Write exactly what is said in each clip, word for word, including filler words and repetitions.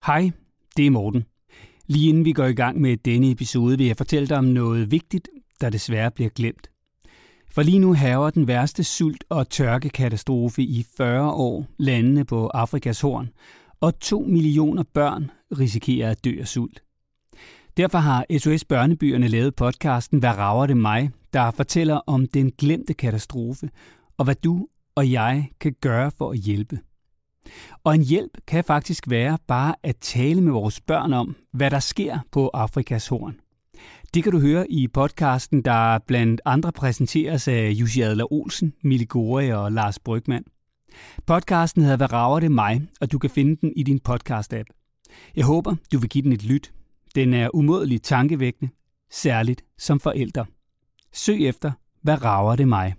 Hej, det er Morten. Lige inden vi går i gang med denne episode, vil jeg fortælle dig om noget vigtigt, der desværre bliver glemt. For lige nu hærger den værste sult- og tørkekatastrofe i fyrre år landene på Afrikas Horn, og to millioner børn risikerer at dø af sult. Derfor har S O S Børnebyerne lavet podcasten Hvad rager det mig?, der fortæller om den glemte katastrofe, og hvad du og jeg kan gøre for at hjælpe. Og en hjælp kan faktisk være bare at tale med vores børn om, hvad der sker på Afrikas Horn. Det kan du høre i podcasten, der blandt andre præsenteres af Jussi Adler-Olsen, Mille Gore og Lars Brygmann. Podcasten hedder Hvad rager det mig?, og du kan finde den i din podcast-app. Jeg håber, du vil give den et lyt. Den er umådeligt tankevækkende, særligt som forældre. Søg efter Hvad rager det mig?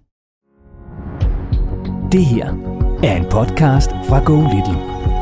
Det her er en podcast fra Go Little.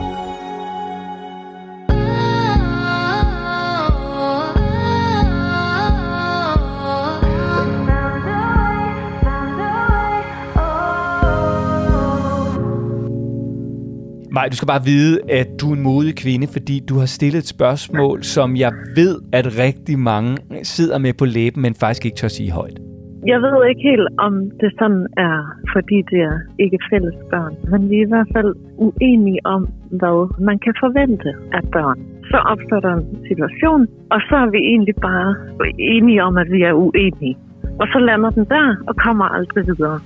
Maj, du skal bare vide, at du er en modig kvinde, fordi du har stillet et spørgsmål, som jeg ved, at rigtig mange sidder med på læben, men faktisk ikke tør sige højt. Jeg ved ikke helt, om det sådan er, fordi det er ikke fælles børn. Men vi er i hvert fald uenige om, hvad man kan forvente af børn. Så opstår der en situation, og så er vi egentlig bare enige om, at vi er uenige. Og så lander den der og kommer aldrig videre.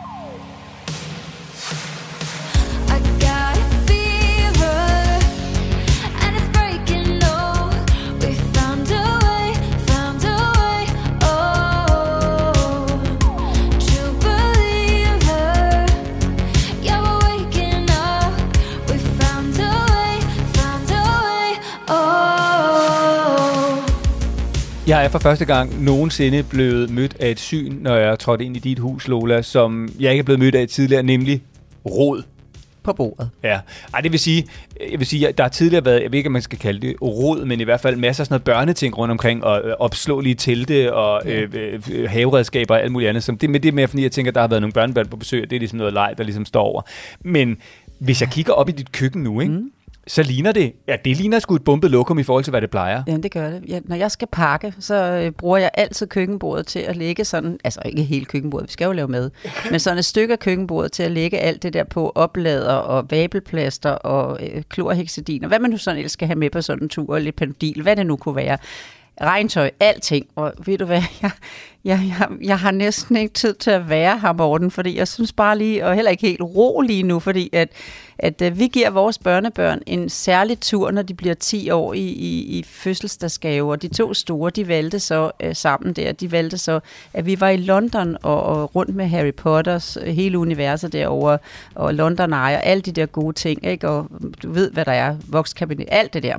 Jeg er for første gang nogensinde blevet mødt af et syn, når jeg trådte ind i dit hus, Lola, som jeg ikke er blevet mødt af tidligere, nemlig rod. På bordet. Ja, Ej, det vil sige, jeg vil sige, der har tidligere været, jeg ved ikke, om man skal kalde det rod, men i hvert fald masser af sådan noget børneting rundt omkring, og øh, opslåelige telte, og øh, øh, haveredskaber og alt muligt andet. Som det, men det er mere, fordi jeg tænker, at der har været nogle børnebørn på besøg, og det er ligesom noget leg, der ligesom står over. Men hvis jeg kigger op i dit køkken nu, ikke? Mm. Så ligner det, ja, det ligner sgu et bumpet lokum i forhold til, hvad det plejer. Ja, det gør det. Ja, når jeg skal pakke, så øh, bruger jeg altid køkkenbordet til at lægge sådan, altså ikke hele køkkenbordet, vi skal jo lave mad, men sådan et stykke af køkkenbordet til at lægge alt det der på, oplader og vabelplaster og øh, klorhexidin, og hvad man nu sådan ellers skal have med på sådan en tur, og lidt Panodil, hvad det nu kunne være. Regntøj, alting, og ved du hvad, jeg, jeg, jeg, jeg har næsten ikke tid til at være her, Morten, fordi jeg synes bare lige, og heller ikke helt ro lige nu, fordi at, at, at vi giver vores børnebørn en særlig tur, når de bliver ti år i, i, i fødselsdagsgave, og de to store, de valgte så øh, sammen der, de valgte så, at vi var i London og, og rundt med Harry Potters øh, hele universet derovre, og London ejer alle de der gode ting, ikke? Og du ved, hvad der er, vokskabinet, alt det der.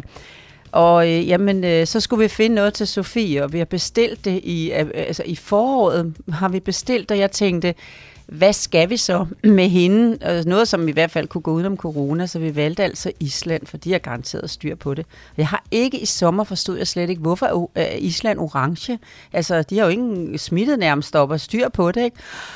Og øh, jamen, øh, så skulle vi finde noget til Sofie, og vi har bestilt det i, øh, altså i foråret, har vi bestilt, og jeg tænkte, hvad skal vi så med hende? Altså noget, som i hvert fald kunne gå udenom corona, så vi valgte altså Island, for de har garanteret styr på det. Jeg har ikke i sommer, forstod jeg slet ikke, hvorfor er Island orange? Altså, de har jo ingen smittet nærmest op og styr på det, ikke?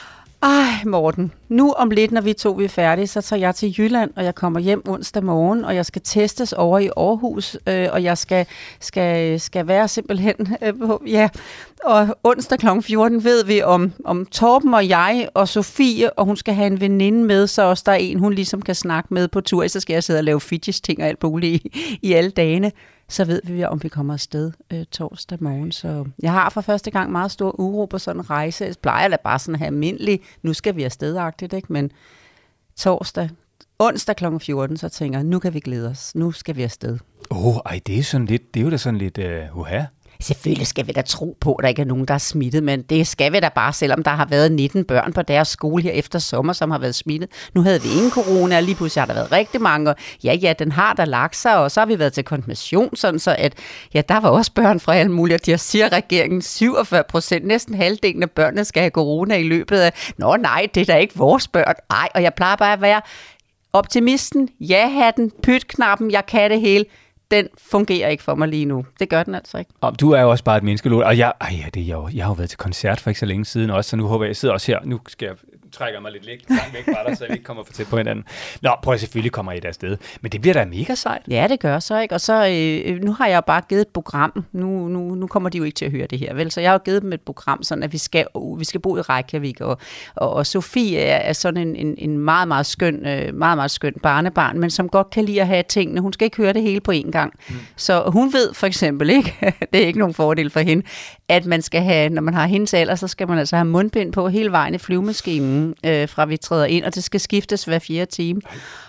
Ej, Morten, nu om lidt, når vi to vi er færdige, så tager jeg til Jylland, og jeg kommer hjem onsdag morgen, og jeg skal testes over i Aarhus, øh, og jeg skal, skal, skal være simpelthen øh, på, ja, og onsdag klokken fjorten ved vi om, om Torben og jeg og Sofie, og hun skal have en veninde med, så også der er en, hun ligesom kan snakke med på tur, så skal jeg sidde og lave fidget-ting og alt muligt i, i alle dagene. Så ved vi, om vi kommer afsted øh, torsdag morgen. Så jeg har for første gang meget stor uro på sådan en rejse. Jeg plejer da bare sådan at have almindelig, nu skal vi afstedagtigt, ikke? Men torsdag, onsdag klokken fjorten, så tænker jeg, nu kan vi glæde os. Nu skal vi afsted. Åh, oh, ej, det er sådan lidt, det er jo da sådan lidt, uh, uha. Selvfølgelig skal vi da tro på, at der ikke er nogen, der er smittet, men det skal vi da bare, selvom der har været nitten børn på deres skole her efter sommer, som har været smittet. Nu havde vi ingen corona, og lige pludselig har der været rigtig mange, og ja, ja, den har der lagt sig, og så har vi været til konfirmation, sådan så at, ja, der var også børn fra alle mulige, og de har siger regeringen syvogfyrre procent, næsten halvdelen af børnene skal have corona i løbet af, nå nej, det er da ikke vores børn, ej, og jeg plejer bare at være optimisten, ja-hatten, pyt-knappen, jeg kan det hele. Den fungerer ikke for mig lige nu. Det gør den altså ikke. Og du er jo også bare et menneske, og jeg, ej, det er jeg, jeg har jo været til koncert for ikke så længe siden også, så nu håber jeg, jeg sidder også her, nu skal jeg trækker mig lidt langt væk fra dig, så vi ikke kommer for tæt på hinanden. Nå, prøv at selvfølgelig kommer I der afsted. Men det bliver da mega sejt. Ja, det gør så, ikke? Og så, øh, nu har jeg bare givet et program. Nu, nu, nu kommer de jo ikke til at høre det her, vel? Så jeg har jo givet dem et program, sådan at vi skal, uh, vi skal bo i Reykjavik. Og, og, og Sofie er, er sådan en, en, en meget, meget skøn, øh, meget, meget skøn barnebarn, men som godt kan lide at have tingene. Hun skal ikke høre det hele på én gang. Mm. Så hun ved for eksempel ikke, det er ikke nogen fordel for hende, at man skal have, når man har hendes alder, så skal man altså have mundbind på hele vejen i flyvemaskinen, øh, fra vi træder ind, og det skal skiftes hver fjerde time.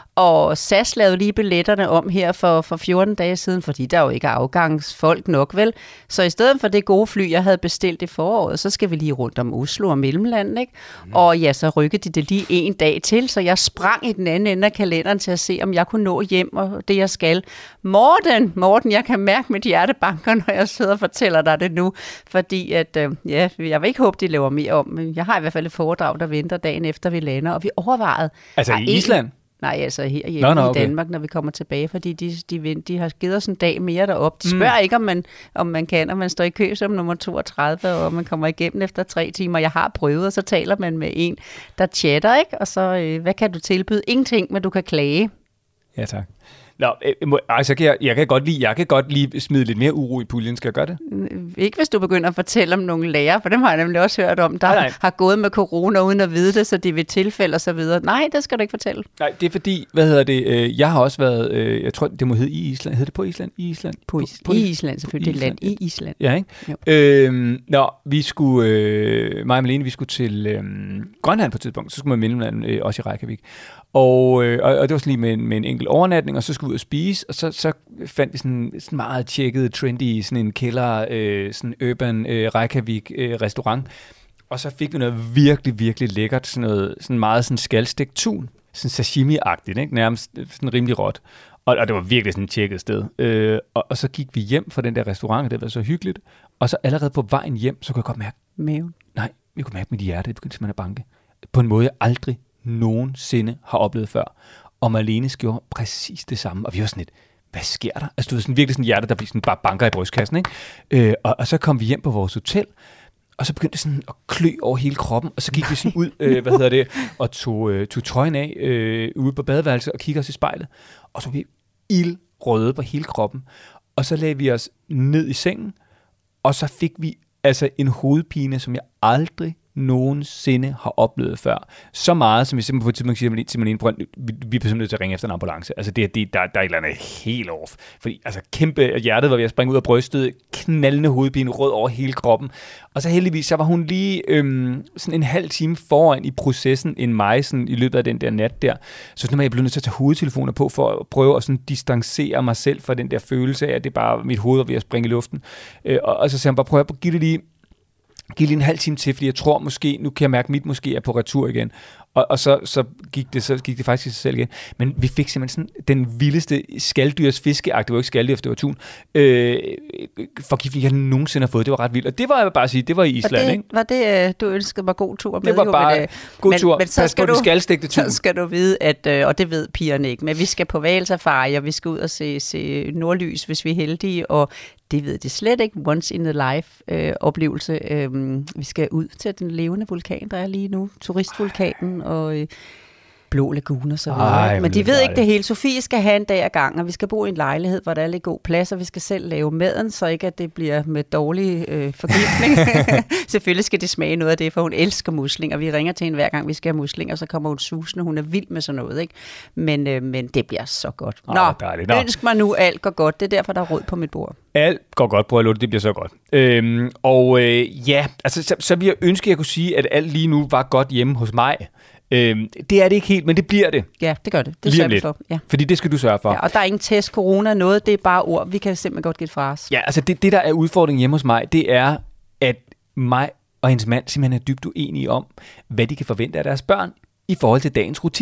Og S A S lavede lige billetterne om her for, for fjorten dage siden, fordi der jo ikke er afgangsfolk nok, vel? Så i stedet for det gode fly, jeg havde bestilt i foråret, så skal vi lige rundt om Oslo og Mellemlandet, ikke? Mm. Og ja, så rykkede de det lige en dag til, så jeg sprang i den anden ende af kalenderen til at se, om jeg kunne nå hjem og det, jeg skal. Morten, Morten, jeg kan mærke mit hjertebanker, når jeg sidder og fortæller dig det nu, fordi at, øh, ja, jeg vil ikke håbe, de laver mere om, men jeg har i hvert fald et foredrag, der venter dagen efter, vi lander, og vi overvejede... Altså i Island? Nej, altså herhjemme no, no, okay. i Danmark, når vi kommer tilbage, fordi de, de, de har givet os en dag mere derop. De spørger mm. ikke, om man, om man kan, og man står i kø som nummer toogtredive, og man kommer igennem efter tre timer. Jeg har prøvet, og så taler man med en, der chatter, ikke? Og så, øh, hvad kan du tilbyde? Ingenting, men du kan klage. Ja, tak. Nå, altså, jeg, jeg, kan godt lide, jeg kan godt lige smide lidt mere uro i puljen. Skal jeg gøre det? Ikke hvis du begynder at fortælle om nogle lærere, for dem har jeg nemlig også hørt om, der nej, nej. har gået med corona uden at vide det, så de vil tilfælde og så videre. Nej, det skal du ikke fortælle. Nej, det er fordi, hvad hedder det, jeg har også været, jeg tror, det må hedde i Island. Hedder det på Island? I Island? På, is- på I Island, selvfølgelig. Det er land i Island. Ja, ikke? Øhm, nå, vi skulle, øh, mig og Malene, vi skulle til øh, Grønland på et tidspunkt, så skulle man Mellemland, øh, også i Reykjavik. Og, øh, og det var sådan lige med en, med en enkelt overnatning, og så skulle vi ud og spise, og så, så fandt vi sådan, sådan meget tjekket, trendy, sådan en kælder, øh, sådan urban øh, Reykjavik øh, restaurant. Og så fik vi noget virkelig, virkelig lækkert, sådan noget sådan meget sådan skalstegt tun, sådan sashimi-agtigt, ikke? Nærmest sådan rimelig råt. Og, og det var virkelig sådan et tjekket sted. Øh, og, og så gik vi hjem fra den der restaurant, og det var så hyggeligt. Og så allerede på vejen hjem, så kunne jeg godt mærke... Maven? Nej, jeg kunne mærke mit hjerte, det begyndte simpelthen at banke. På en måde, jeg aldrig nogensinde har oplevet før. Og Marlene gjorde præcis det samme. Og vi var sådan lidt, hvad sker der? Altså, det var sådan virkelig sådan et hjerte, der blev sådan bare banker i brystkassen, ikke? Øh, og, og så kom vi hjem på vores hotel, og så begyndte det sådan at klø over hele kroppen, og så gik vi sådan ud, øh, hvad hedder det, og tog, øh, tog trøjen af øh, ude på badeværelset og kiggede os i spejlet. Og så var vi ildrøde på hele kroppen. Og så lagde vi os ned i sengen, og så fik vi altså en hovedpine, som jeg aldrig nogensinde har oplevet før. Så meget, som jeg simpelthen på et tidspunkt siger til Malene, vi, vi er simpelthen nødt til at ringe efter en ambulance. Altså, det, det, der, der er et eller andet helt off. Fordi altså, kæmpe hjertet var ved at springe ud af brystet, knaldende hovedpine, rød over hele kroppen. Og så heldigvis, så var hun lige øhm, sådan en halv time foran i processen end mig, sådan, i løbet af den der nat der. Så nu er jeg blevet nødt til at tage hovedtelefoner på, for at prøve at sådan distancere mig selv fra den der følelse af, at det bare mit hoved var ved at springe i luften. Øh, og, og så sagde han bare, prøv at give det lige Giv lige en halv time til, fordi jeg tror måske, nu kan jeg mærke, at mit måske er på retur igen. Og, og så, så, gik det, så gik det faktisk i sig selv igen. Men vi fik simpelthen sådan den vildeste skalddyrs fiskeagt, det var ikke skalddyr, det var tun, øh, forgiftning, jeg nogensinde har fået. Det var ret vildt. Og det var jeg bare at sige, det var i Island, var det, ikke? Var det, du ønskede mig god tur med? Det var jo, bare men, god men, tur. Men så Pas skal på, du, skaldstegte tun. Så skal du vide, at, og det ved pigerne ikke, men vi skal på hvalsafari, og vi skal ud og se, se nordlys, hvis vi er heldige, og det ved det slet ikke. Once in a life øh, oplevelse. Øh, vi skal ud til den levende vulkan, der er lige nu. Turistvulkanen og øh, Blå Lagune og så videre. Men de ved ikke det hele. Sofie skal have en dag ad gang, og vi skal bo i en lejlighed, hvor der er lidt god plads, og vi skal selv lave maden, så ikke at det bliver med dårlig øh, forgiftning. Selvfølgelig skal det smage noget af det, for hun elsker muslinger. Vi ringer til hende hver gang, vi skal have muslinger, så kommer hun susende. Hun er vild med sådan noget, ikke? Men, øh, men det bliver så godt. Nå, Nå. ønsk mig nu, alt går godt. Det er derfor, der er råd på mit bord. Alt går godt, bror Lotte, det bliver så godt. Øhm, og øh, ja, altså, så, så vil jeg ønske, at jeg kunne sige, at alt lige nu var godt hjemme hos mig. Øhm, det er det ikke helt, men det bliver det. Ja, det gør det. Det sørger vi for. Ja. Fordi det skal du sørge for. Ja, og der er ingen test, corona, noget. Det er bare ord. Vi kan simpelthen godt give fra os. Ja, altså det, det, der er udfordringen hjemme hos mig, det er, at mig og hendes mand simpelthen er dybt uenige om, hvad de kan forvente af deres børn i forhold til dagens rutiner.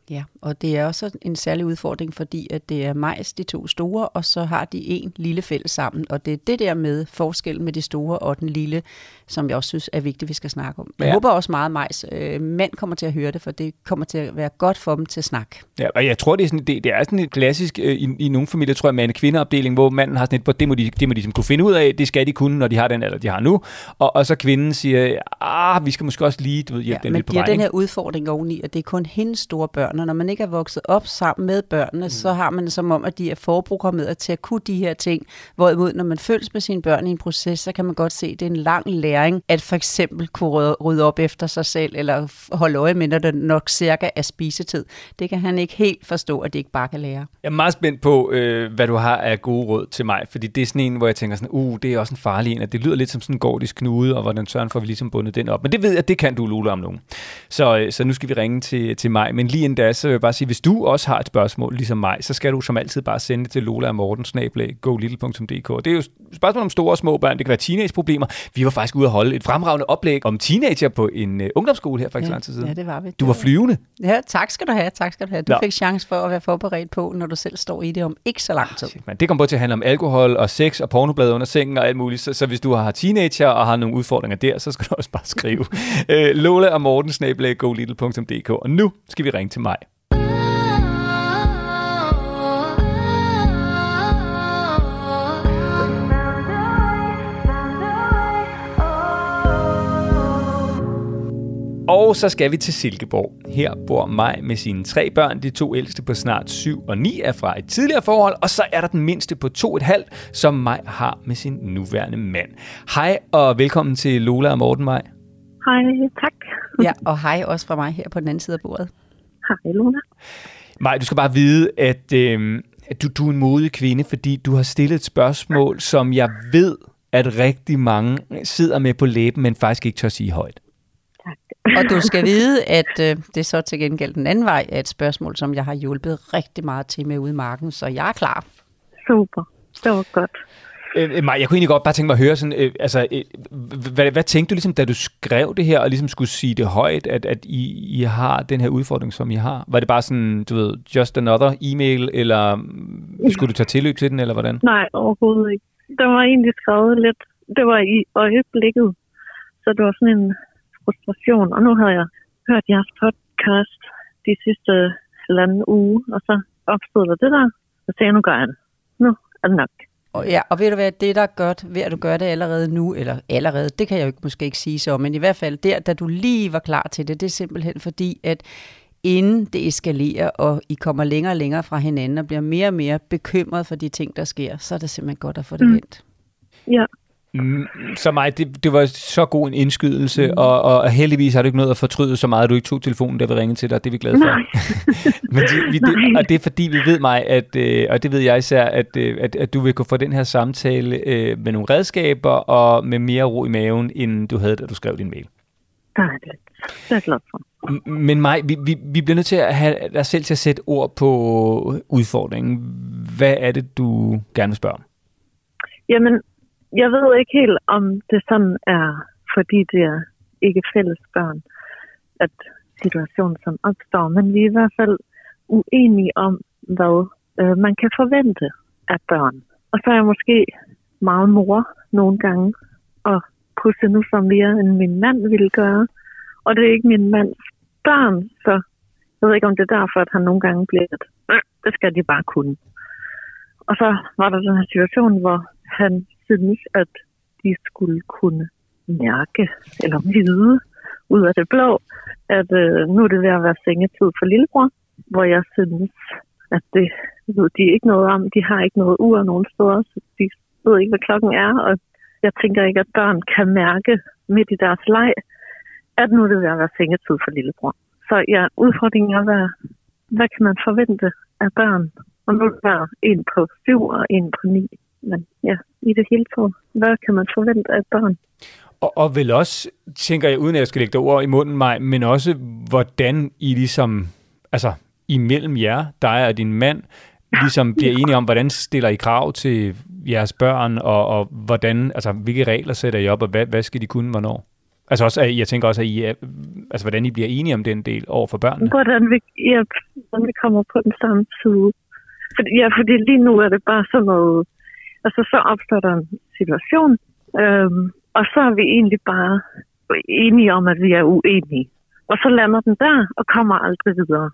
Ja, og det er også en særlig udfordring, fordi at det er Majs, de to store, og så har de en lille fælles sammen. Og det er det der med forskellen med de store og den lille, som jeg også synes er vigtigt, vi skal snakke om. Jeg ja. håber også meget, Majs øh, mand kommer til at høre det, for det kommer til at være godt for dem til snak. Ja, og jeg tror, det er sådan, det, det er sådan et klassisk, øh, i, i nogle familier, tror jeg, mand-kvindeopdeling, hvor manden har sådan et, hvor det må de, det må de ligesom kunne finde ud af, det skal de kunne, når de har den alder, de har nu. Og, og så kvinden siger, ah, vi skal måske også lige, du ved, hjælpe ja, den lidt på vej. Men de har den her udfordring oveni, at det er kun hendes store børn, og når man ikke er vokset op sammen med børnene, mm. så har man det som om, at de er forprogrammeret til at kunne de her ting. Hvorimod, når man følges med sine børn i en proces, så kan man godt se, at det er en lang læring, at for eksempel kunne rydde op efter sig selv, eller holde øje med, når det nok cirka er spisetid. Det kan han ikke helt forstå, at det ikke bare kan lære. Jeg er meget spændt på, øh, hvad du har af gode råd til mig, fordi det er sådan en, hvor jeg tænker sådan, uh, det er også en farlig en, at det lyder lidt som sådan en gordisk knude, og hvordan søren får vi ligesom bundet den op. Men det ved jeg, det kan du, Lola, om nogen. Så, øh, så nu skal vi ringe til, til mig. Men lige inden da, så vil jeg bare sige, hvis du også har et spørgsmål, ligesom mig, så skal du som altid bare sende det til Lola og Morten, snabel-a go little punktum d k. Det er jo spørgsmål om store og små børn, det kan være teenageproblemer. Vi var faktisk ude at holde et fremragende oplæg om teenager på en uh, ungdomsskole her for ikke så lang tid siden. Ja, det var vi. Du var flyvende. Ja, tak skal du have, tak skal du have. Du Nå. fik chance for at være forberedt på, når du selv står i det om ikke så lang tid. Oh, det kommer både til at handle om alkohol og sex og pornoblade under sengen og alt muligt. Så, så hvis du har teenager og har nogle udfordringer der, så skal du også bare skrive uh, Lola og Morten, snabel-a go little punktum d k. Og nu skal vi ringe til mig. Og så skal vi til Silkeborg. Her bor Maj med sine tre børn. De to ældste på snart syv og ni er fra et tidligere forhold. Og så er der den mindste på to og et halvt, som Maj har med sin nuværende mand. Hej og velkommen til Lola og Morten, Maj. Hej, tak. Ja, og hej også fra mig her på den anden side af bordet. Hej, Lola. Maj, du skal bare vide, at, øh, at du, du er en modig kvinde, fordi du har stillet et spørgsmål, som jeg ved, at rigtig mange sidder med på læben, men faktisk ikke tør sige højt. Og du skal vide, at øh, det er så til gengæld den anden vej af et spørgsmål, som jeg har hjulpet rigtig meget til med ude i marken, så jeg er klar. Super, det var godt. Øh, Maj, jeg kunne egentlig godt bare tænke mig at høre, sådan, øh, altså, øh, hvad, hvad tænkte du, ligesom, da du skrev det her, og ligesom skulle sige det højt, at, at I, I har den her udfordring, som I har? Var det bare sådan, du ved, just another e-mail, eller skulle du tage tilløb til den, eller hvordan? Nej, overhovedet ikke. Det var egentlig skrevet lidt, det var i øjeblikket, så det var sådan en frustration, og nu havde jeg hørt jeres podcast de sidste halvanden uge, og så opstod der det der, og så nu gør jeg det. Nu er det nok. Og ja, og ved du hvad, det der er godt ved at du gør det allerede nu, eller allerede, det kan jeg jo måske ikke sige så, men i hvert fald der, da du lige var klar til det, det er simpelthen fordi, at inden det eskalerer, og I kommer længere og længere fra hinanden, og bliver mere og mere bekymret for de ting, der sker, så er det simpelthen godt at få det vendt. Mm. Ja. Mm, så mig, det, det var så god en indskydelse, mm. og, og heldigvis har du ikke noget at fortryde så meget, at du ikke tog telefonen, da vi ringede til dig, det er vi glade for. Men det, vi, det, og det er fordi, vi ved mig, at, øh, og det ved jeg især, at, øh, at, at du vil kunne få den her samtale øh, med nogle redskaber, og med mere ro i maven, end du havde, da du skrev din mail. Dejligt. Det er jeg glad for. Men Maj, vi, vi, vi bliver nødt til at have dig selv til at sætte ord på udfordringen. Hvad er det, du gerne vil spørge om? Jamen, jeg ved ikke helt, om det sådan er, fordi det er ikke fælles børn, at situationen sådan opstår, men vi er i hvert fald uenige om, hvad øh, man kan forvente af børn. Og så er jeg måske meget mor nogle gange, og pusse nu som mere, end min mand ville gøre. Og det er ikke min mands børn, så jeg ved ikke, om det er derfor, at han nogle gange bliver, at øh, det skal de bare kunne. Og så var der den her situation, hvor han synes, at de skulle kunne mærke eller vide ud af det blå, at øh, nu er det ved at være sengetid for lillebror, hvor jeg synes, at det ved de ikke noget om. De har ikke noget ur nogen steder, så de ved ikke, hvad klokken er, og jeg tænker ikke, at børn kan mærke midt i deres leg, at nu er det ved at være sengetid for lillebror. Så ja, udfordringen er, hvad, hvad kan man forvente af børn? Og nu er der en på syv og en på ni. Men ja, i det hele taget, hvad kan man forvente af børn? Og, og vel også, tænker jeg, uden at jeg skal lægge dig ord i munden mig, men også, hvordan I ligesom, altså imellem jer, dig og din mand, ligesom bliver enige om, hvordan stiller I krav til jeres børn, og, og hvordan, altså hvilke regler sætter I op, og hvad, hvad skal de kunne, hvornår? Altså også, jeg tænker også, at I er, altså, hvordan I bliver enige om den del over for børnene. Hvordan vi, ja, hvordan vi kommer på den samme side. Fordi, ja, fordi lige nu er det bare sådan noget, altså så opstår der en situation, øhm, og så er vi egentlig bare enige om, at vi er uenige. Og så lander den der, og kommer aldrig videre.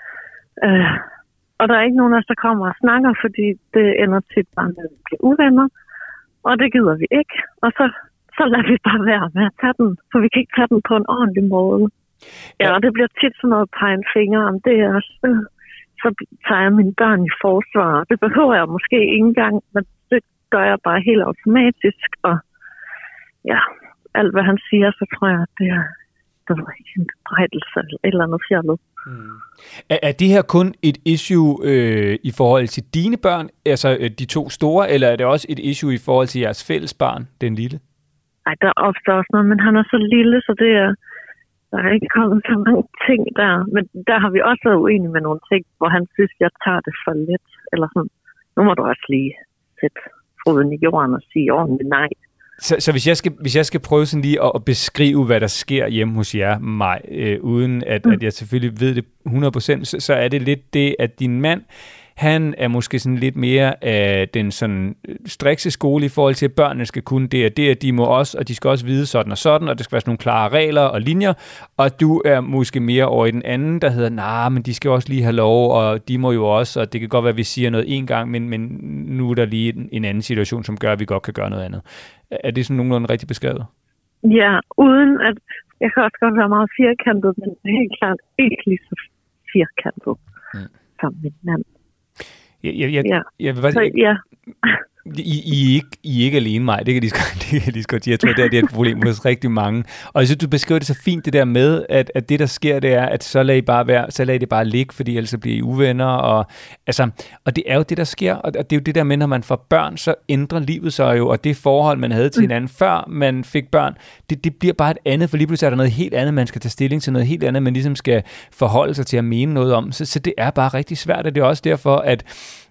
Øh, og der er ikke nogen af os, der kommer og snakker, fordi det ender til bare med at blive uvenner, og det gider vi ikke. Og så så lader vi bare være med at tage den, for vi kan ikke tage den på en ordentlig måde. Ja, og det bliver tit sådan noget pege en finger om det er også. Så tager jeg mine børn i forsvar. Det behøver jeg måske ikke engang, men det gør jeg bare helt automatisk. Og ja, alt hvad han siger, så tror jeg, at det er, det er en bebrejdelse eller et eller andet fjollet. Hmm. Er, er det her kun et issue øh, i forhold til dine børn, altså de to store, eller er det også et issue i forhold til jeres fælles barn, den lille? Ej, der opstår også noget, men han er så lille, så det er, der er ikke kommet så mange ting der. Men der har vi også været uenige med nogle ting, hvor han synes, jeg tager det for let. Eller sådan, nu må du også lige sætte foden i jorden og sige ordentligt nej. Så, så hvis, jeg skal, hvis jeg skal prøve sådan lige at, at beskrive, hvad der sker hjemme hos jer, mig, øh, uden at, mm. at jeg selvfølgelig ved det hundrede procent, så, så er det lidt det, at din mand, han er måske sådan lidt mere af den sådan strikse skole i forhold til, at børnene skal kunne det og det, at de må også, og de skal også vide sådan og sådan, og det skal være sådan nogle klare regler og linjer, og du er måske mere over i den anden, der hedder, nej, nah, men de skal også lige have lov, og de må jo også, og det kan godt være, at vi siger noget en gang, men, men nu er der lige en, en anden situation, som gør, at vi godt kan gøre noget andet. Er det sådan nogenlunde rigtig beskrevet? Ja, uden at, jeg kan også godt være meget firkantet, men helt klart ikke lige så firkantet mm. som min mand. Jeg, jeg, jeg, ja. jeg vil bare sige, ja. I, I, er ikke, I er ikke alene mig, det kan lige så godt sige. Jeg tror, det er, det er et problem hos rigtig mange. Og jeg synes, du beskriver det så fint, det der med, at, at det, der sker, det er, at så lader I bare være, så lader I det bare ligge, fordi ellers bliver I uvenner. Og, altså, og det er jo det, der sker, og det er jo det der med, når man får børn, så ændrer livet sig jo, og det forhold, man havde til hinanden, før man fik børn, det, det bliver bare et andet, for lige pludselig er der noget helt andet, man skal tage stilling til noget helt andet, man ligesom skal forholde sig til at mene noget om. Så, så det er bare rigtig svært, og det er også derfor, at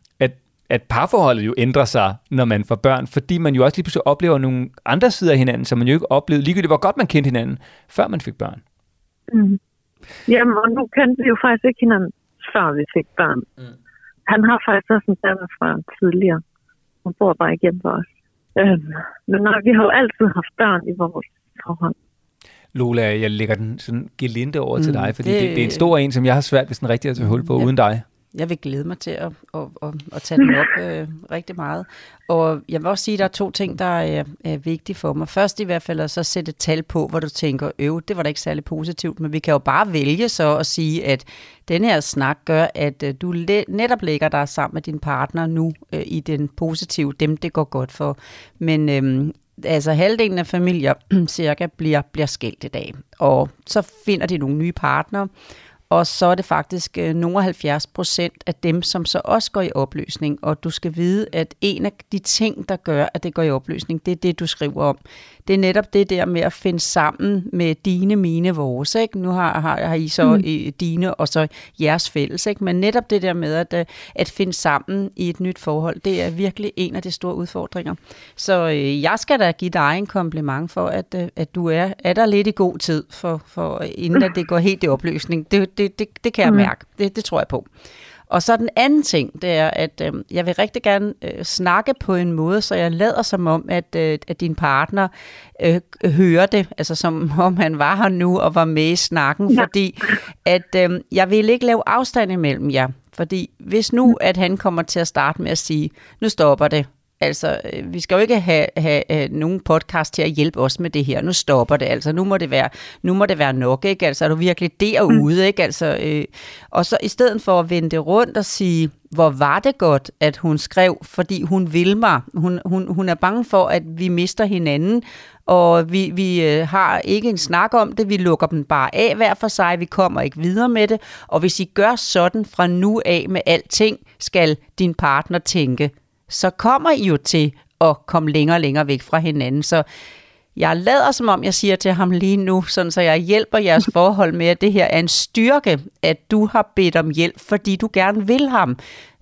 at parforholdet jo ændrer sig, når man får børn, fordi man jo også lige pludselig oplever nogle andre sider af hinanden, som man jo ikke oplevede, ligegyldigt hvor godt man kendte hinanden, før man fik børn. Mm. Jamen, og nu kendte vi jo faktisk ikke hinanden, før vi fik børn. Mm. Han har faktisk også en datter fra tidligere. Hun bor bare ikke hjemme for os. Øhm, men nej, vi har jo altid haft børn i vores forhold. Lola, jeg lægger den sådan gelinde over mm, til dig, fordi det, det, det er en stor en, som jeg har svært ved sådan rigtig at tage hul på, ja. Uden dig. Jeg vil glæde mig til at, at, at, at tage den op øh, rigtig meget. Og jeg vil også sige, at der er to ting, der er, er vigtige for mig. Først i hvert fald at så sætte et tal på, hvor du tænker, øv, det var da ikke særlig positivt, men vi kan jo bare vælge så at sige, at den her snak gør, at øh, du le- netop lægger dig sammen med din partner nu øh, i den positive, dem det går godt for. Men øh, altså halvdelen af familier cirka bliver, bliver skilt i dag, og så finder de nogle nye partnere, og så er det faktisk øh, nogle halvfjerds procent af dem, som så også går i opløsning. Og du skal vide, at en af de ting, der gør, at det går i opløsning, det er det, du skriver om. Det er netop det der med at finde sammen med dine, mine, vores. Ikke? Nu har, har, har I så mm. dine og så jeres fælles. Ikke? Men netop det der med at, at finde sammen i et nyt forhold, det er virkelig en af de store udfordringer. Så øh, jeg skal da give dig en kompliment for, at, at du er, er der lidt i god tid, for, for inden at det går helt i opløsning. Det, det, det, det kan jeg mærke. Det, det tror jeg på. Og så den anden ting, det er, at øh, jeg vil rigtig gerne øh, snakke på en måde, så jeg lader som om, at, øh, at din partner øh, hører det, altså som om han var her nu og var med i snakken, ja. Fordi at øh, jeg vil ikke lave afstand imellem jer. Fordi hvis nu, at han kommer til at starte med at sige, nu stopper det. Altså, vi skal jo ikke have, have, have nogen podcast til at hjælpe os med det her. Nu stopper det, altså. Nu må det være, nu må det være nok, ikke? Altså, er du virkelig derude, ikke? Altså, øh, og så i stedet for at vende det rundt og sige, hvor var det godt, at hun skrev, fordi hun vil mig. Hun, hun, hun er bange for, at vi mister hinanden, og vi, vi øh, har ikke en snak om det. Vi lukker dem bare af hver for sig. Vi kommer ikke videre med det. Og hvis I gør sådan fra nu af med alting, skal din partner tænke, så kommer I jo til at komme længere og længere væk fra hinanden. Så jeg lader som om, jeg siger til ham lige nu, sådan så jeg hjælper jeres forhold med, at det her er en styrke, at du har bedt om hjælp, fordi du gerne vil ham.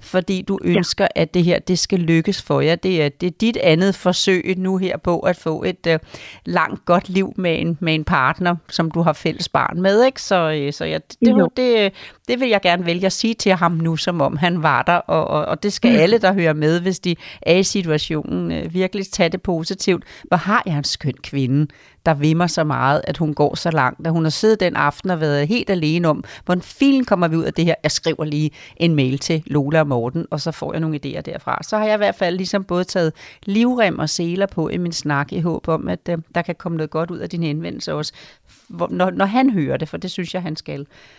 fordi du ønsker, ja. at det her det skal lykkes for jer. Det er, det er dit andet forsøg nu her på at få et uh, langt, godt liv med en, med en partner, som du har fælles barn med, ikke? Så, så ja, det, det, det, det vil jeg gerne vælge at sige til ham nu, som om han var der, og, og, og det skal alle, der hører med, hvis de er i situationen, uh, virkelig tage det positivt. Hvor har jeg en skøn kvinde, der vimmer så meget, at hun går så langt, at hun har siddet den aften og været helt alene om, hvordan filen kommer vi ud af det her. Jeg skriver lige en mail til Lola og Morten, og så får jeg nogle idéer derfra. Så har jeg i hvert fald ligesom både taget livrem og seler på i min snak, i håb om, at uh, der kan komme noget godt ud af din henvendelse også, hvor, når, når han hører det, for det synes jeg, han skal.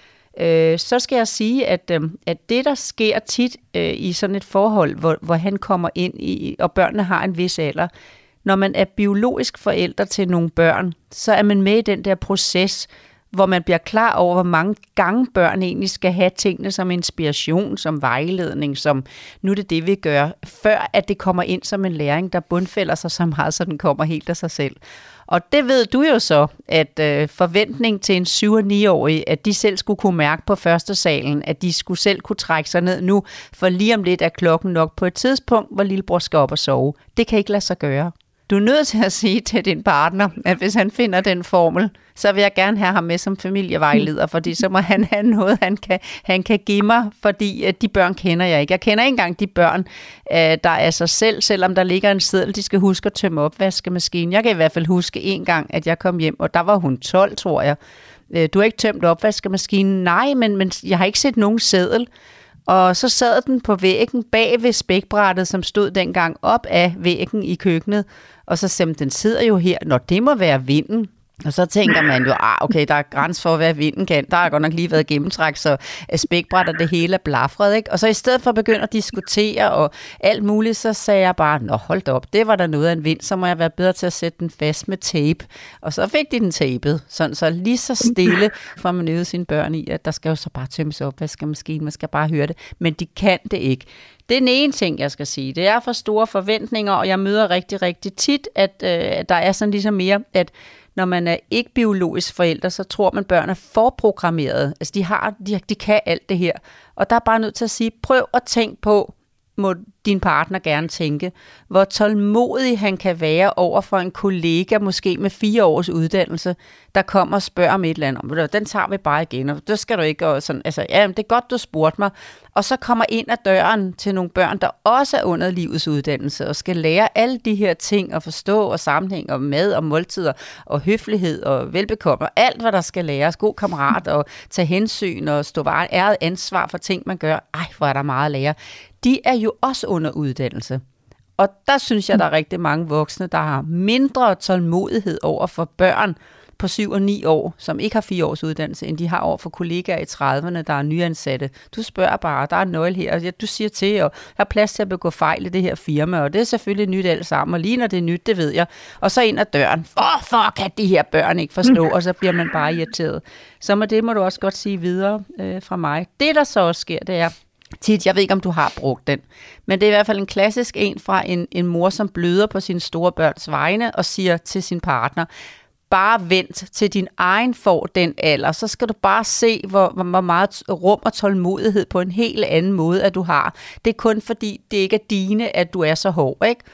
Uh, så skal jeg sige, at, uh, at det, der sker tit uh, i sådan et forhold, hvor, hvor han kommer ind i, og børnene har en vis alder, når man er biologisk forælder til nogle børn, så er man med i den der proces, hvor man bliver klar over, hvor mange gange børn egentlig skal have tingene som inspiration, som vejledning, som nu er det det, vi gør, før at det kommer ind som en læring, der bundfælder sig så meget, så den kommer helt af sig selv. Og det ved du jo så, at øh, forventning til en syv- og ni-årig, at de selv skulle kunne mærke på første salen, at de skulle selv kunne trække sig ned nu, for lige om lidt er klokken nok på et tidspunkt, hvor lillebror skal op og sove. Det kan ikke lade sig gøre. Du er nødt til at sige til din partner, at hvis han finder den formel, så vil jeg gerne have ham med som familievejleder, fordi så må han have noget, han kan, han kan give mig, fordi de børn kender jeg ikke. Jeg kender ikke engang de børn, der er sig selv, selvom der ligger en seddel, de skal huske at tømme opvaskemaskinen. Jeg kan i hvert fald huske en gang, at jeg kom hjem, og der var hun tolv, tror jeg. Du har ikke tømt opvaskemaskinen? Nej, men, men jeg har ikke set nogen seddel. Og så sad den på væggen bag ved spækbrættet, som stod dengang op af væggen i køkkenet. Og så sagde den sidder jo her, når det må være vinden. Og så tænker man jo, ah, okay, der er grænse for, hvad vinden kan. Der har godt nok lige været gennemtræk, så spækbrættet det hele er blafret, ikke? Og så i stedet for at begynde at diskutere og alt muligt, så sagde jeg bare, nå hold da op, det var der noget af en vind, så må jeg være bedre til at sætte den fast med tape. Og så fik de den tapet, sådan så lige så stille, for man øvede sine børn i, at der skal jo så bare tømmes opvaskemaskinen, man skal bare høre det, men de kan det ikke. Det er den ene ting, jeg skal sige. Det er for store forventninger, og jeg møder rigtig, rigtig tit, at øh, der er sådan ligesom mere, at når man er ikke biologisk forælder, så tror man, at børn er forprogrammeret. Altså, de, har, de, de kan alt det her. Og der er bare nødt til at sige, prøv at tænke på, må din partner gerne tænke, hvor tålmodig han kan være over for en kollega, måske med fire års uddannelse, der kommer og spørger om et eller andet om, den tager vi bare igen, og det skal du ikke, og sådan, altså, ja, det er godt, du spurgte mig, og så kommer ind ad døren til nogle børn, der også er under livets uddannelse, og skal lære alle de her ting, og forstå, og sammenhæng, og mad, og måltider, og høflighed, og velbekomme, og alt, hvad der skal læres, god kammerat, og tage hensyn, og stå bare æret ansvar for ting, man gør, ej, hvor er der meget at lære. De er jo også under uddannelse. Og der synes jeg, der er rigtig mange voksne, der har mindre tålmodighed over for børn på syv og ni år, som ikke har fire års uddannelse, end de har over for kollegaer i trediverne, der er nyansatte. Du spørger bare, der er en nøgle her, og du siger til, og der er plads til at begå fejl i det her firma, og det er selvfølgelig nyt alt sammen, og lige når det er nyt, det ved jeg. Og så ind ad døren, hvorfor kan de her børn ikke forstå, og så bliver man bare irriteret. Så med det må du også godt sige videre øh, fra mig. Det, der så også sker, det er, tit, jeg ved ikke, om du har brugt den, men det er i hvert fald en klassisk en fra en, en mor, som bløder på sine store børns vegne og siger til sin partner, bare vent til din egen får den alder, så skal du bare se, hvor, hvor meget rum og tålmodighed på en helt anden måde, at du har. Det er kun fordi, det ikke er dine, at du er så hård, ikke?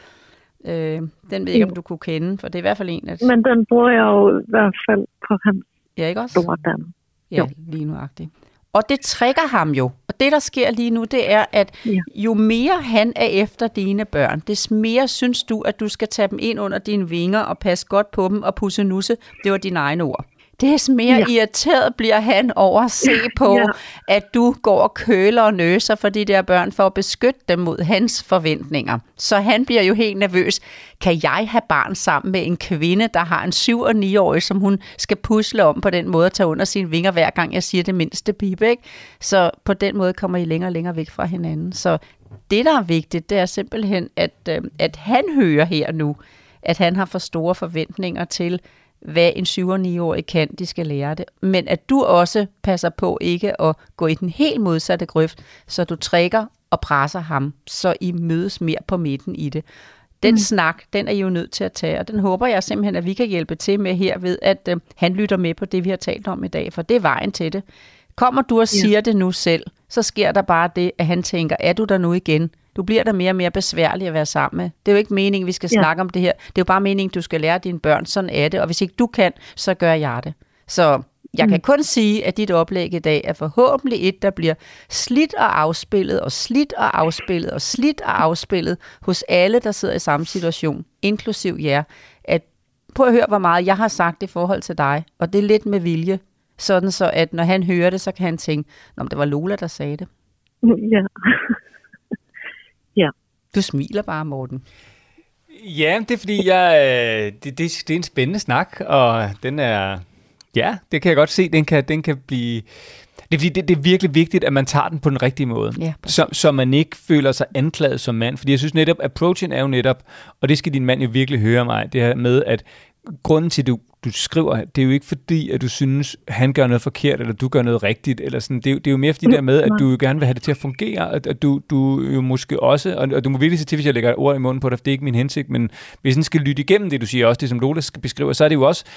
Øh, den ved jeg ikke, om du kunne kende, for det er i hvert fald en af... Men den bruger jeg jo i hvert fald på hans ja, ikke også? store damer. Ja, lige nuagtigt. Og det trigger ham jo. Og det, der sker lige nu, det er, at ja. jo mere han er efter dine børn, des mere synes du, at du skal tage dem ind under dine vinger og passe godt på dem og pusse nusse. Det var dine egne ord. Des mere ja. irriteret bliver han over at se på, ja. at du går og køler og nøser for de der børn for at beskytte dem mod hans forventninger. Så han bliver jo helt nervøs. Kan jeg have barn sammen med en kvinde, der har en syv- og ni-årig, som hun skal pusle om på den måde at tage under sine vinger, hver gang jeg siger det mindste pip, ikke? Så på den måde kommer I længere og længere væk fra hinanden. Så det, der er vigtigt, det er simpelthen, at, at han hører her nu, at han har for store forventninger til, hvad en syv- og ni-årig kan, de skal lære det. Men at du også passer på ikke at gå i den helt modsatte grøft, så du trækker og presser ham, så I mødes mere på midten i det. Den mm. snak, den er I jo nødt til at tage, og den håber jeg simpelthen, at vi kan hjælpe til med her ved, at øh, han lytter med på det, vi har talt om i dag, for det er vejen til det. Kommer du og siger ja. det nu selv, så sker der bare det, at han tænker, er du der nu igen? Du bliver der mere og mere besværlig at være sammen med. Det er jo ikke meningen, vi skal ja. snakke om det her. Det er jo bare meningen, du skal lære dine børn, sådan er det. Og hvis ikke du kan, så gør jeg det. Så jeg mm. kan kun sige, at dit oplæg i dag er forhåbentlig et, der bliver slidt og afspillet, og slidt og afspillet, og slidt og afspillet hos alle, der sidder i samme situation, inklusiv jer. At prøv at høre, hvor meget jeg har sagt i forhold til dig, og det er lidt med vilje, sådan så at når han hører det, så kan han tænke, nå, det var Lola, der sagde det. Ja. Ja. Du smiler bare, Morten. Ja, det er fordi, jeg, det, det, det er en spændende snak, og den er, ja, det kan jeg godt se, den kan, den kan blive, det er fordi, det, det er virkelig vigtigt, at man tager den på den rigtige måde, ja, så, så man ikke føler sig anklaget som mand, fordi jeg synes netop, approachen er jo netop, og det skal din mand jo virkelig høre mig, det her med, at grunden til, at du, du skriver, det er jo ikke fordi, at du synes, han gør noget forkert, eller du gør noget rigtigt, eller sådan. Det, er, det er jo mere fordi der med, at du gerne vil have det til at fungere, at, at du, du jo måske også, og, og du må virkelig se til, hvis jeg lægger et ord i munden på dig, for det er ikke min hensigt, men hvis den skal lytte igennem det, du siger også, det som Lola beskriver, så er det jo også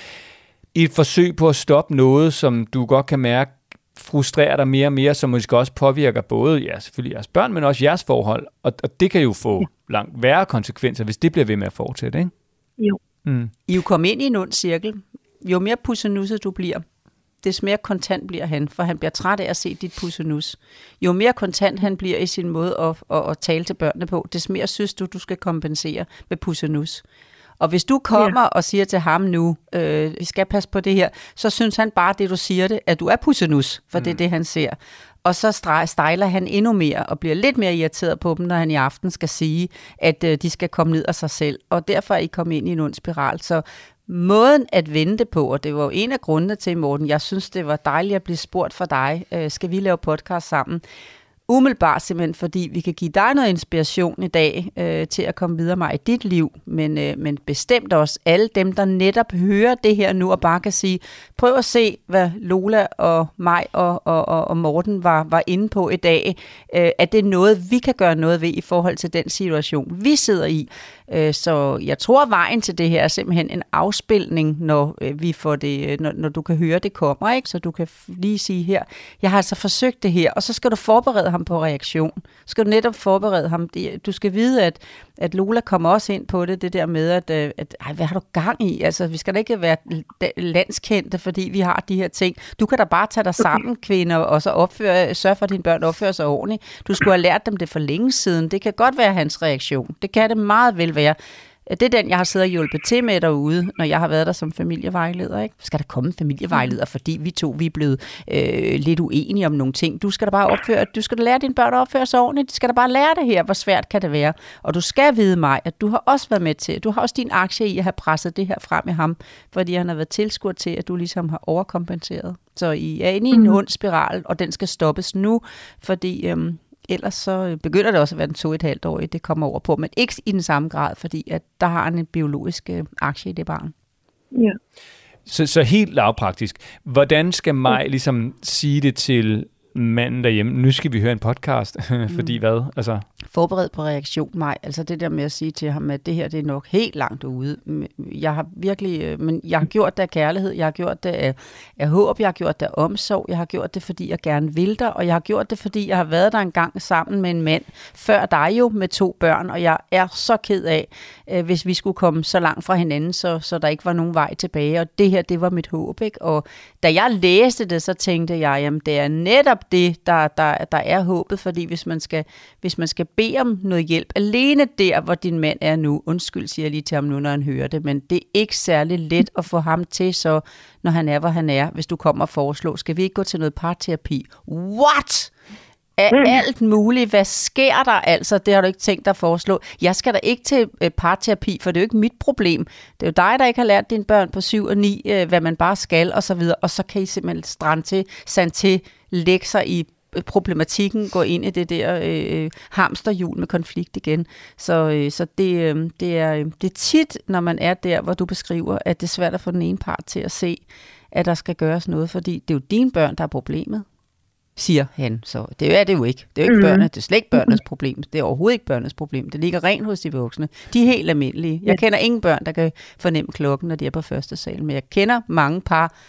et forsøg på at stoppe noget, som du godt kan mærke, frustrerer dig mere og mere, som måske også påvirker både, ja, selvfølgelig jeres børn, men også jeres forhold, og, og det kan jo få ja. langt værre konsekvenser, hvis det bliver ved med at fortsætte, ikke? Jo. Mm. I jo kom ind i en ond cirkel. Jo mere pussenusset du bliver, des mere kontant bliver han, for han bliver træt af at se dit pussenus. Jo mere kontant han bliver i sin måde at, at, at tale til børnene på, des mere synes du, du skal kompensere med pussenus. Og hvis du kommer ja. og siger til ham nu, øh, vi skal passe på det her, så synes han bare, det du siger det, at du er pussenus, for mm. det er det, han ser. Og så stejler han endnu mere og bliver lidt mere irriteret på dem, når han i aften skal sige, at øh, de skal komme ned af sig selv. Og derfor er I kommet ind i en ond spiral. Så måden at vende det på, og det var jo en af grundene til, Morten, jeg synes, det var dejligt at blive spurgt for dig. Øh, skal vi lave podcast sammen? Umiddelbart simpelthen, fordi vi kan give dig noget inspiration i dag øh, til at komme videre med i dit liv, men, øh, men bestemt også alle dem, der netop hører det her nu og bare kan sige, prøv at se, hvad Lola og mig og, og, og Morten var, var inde på i dag. Øh, at det er noget, vi kan gøre noget ved i forhold til den situation, vi sidder i. Øh, så jeg tror, vejen til det her er simpelthen en afspilning, når øh, vi får det, når, når du kan høre, det kommer, ikke? Så du kan lige sige her, jeg har altså forsøgt det her, og så skal du forberede ham på reaktion. Så skal du netop forberede ham. Du skal vide, at, at Lola kommer også ind på det, det der med, at, at ej, hvad har du gang i? Altså, vi skal da ikke være landskendte, fordi vi har de her ting. Du kan da bare tage dig sammen, kvinder, og så opføre, sørge for, at dine børn opfører sig ordentligt. Du skulle have lært dem det for længe siden. Det kan godt være hans reaktion. Det kan det meget vel være. Det er den, jeg har siddet og hjulpet til med derude, når jeg har været der som familievejleder. Ikke? Skal der komme en familievejleder, fordi vi to vi er blevet øh, lidt uenige om nogle ting. Du skal da bare opføre, du skal da lære dine børn at opføre sig ordentligt. Du skal da bare lære det her, hvor svært kan det være. Og du skal vide mig, at du har også været med til, du har også din aktie i at have presset det her frem i ham, fordi han har været tilskuer til, at du ligesom har overkompenseret. Så I er inde i en ond spiral, og den skal stoppes nu, fordi Øhm, ellers så begynder det også at være den to og et halvt år, det kommer over på, men ikke i den samme grad, fordi at der har en biologisk aktie i det barn. Ja. Så, så helt lavpraktisk, hvordan skal Maj ligesom sige det til manden derhjemme? Nu skal vi høre en podcast, fordi mm. hvad? Altså forbered på reaktion, Maj. Altså det der med at sige til ham, at det her det er nok helt langt ude. Jeg har virkelig, men jeg har gjort det af kærlighed, jeg har gjort det af, af håb, jeg har gjort det af omsorg, jeg har gjort det, fordi jeg gerne vil dig, og jeg har gjort det, fordi jeg har været der en gang sammen med en mand, før dig jo med to børn, og jeg er så ked af, hvis vi skulle komme så langt fra hinanden, så, så der ikke var nogen vej tilbage, og det her, det var mit håb, ikke? Og da jeg læste det, så tænkte jeg, jamen det er netop det, der, der, der er håbet, fordi hvis man skal, hvis man skal bede om noget hjælp, alene der, hvor din mand er nu, undskyld, siger jeg lige til ham nu, når han hører det, men det er ikke særlig let at få ham til, så når han er, hvor han er, hvis du kommer og foreslår, skal vi ikke gå til noget parterapi? What? Af alt muligt. Hvad sker der altså? Det har du ikke tænkt dig at foreslå. Jeg skal da ikke til parterapi, for det er jo ikke mit problem. Det er jo dig, der ikke har lært dine børn på syv og ni, hvad man bare skal, og så videre. Og så kan I simpelthen strande til, sande til, lægge sig i problematikken, gå ind i det der øh, hamsterhjul med konflikt igen. Så, øh, så det, øh, det, er, det er tit, når man er der, hvor du beskriver, at det er svært at få den ene part til at se, at der skal gøres noget, fordi det er jo dine børn, der er problemet, siger han. Så det er det jo ikke. Det er jo ikke børnene, det er slet ikke børnenes problem. Det er overhovedet ikke børnenes problem. Det ligger rent hos de voksne. De er helt almindelige. Jeg kender ingen børn, der kan fornemme klokken, når de er på første sal, men jeg kender mange par,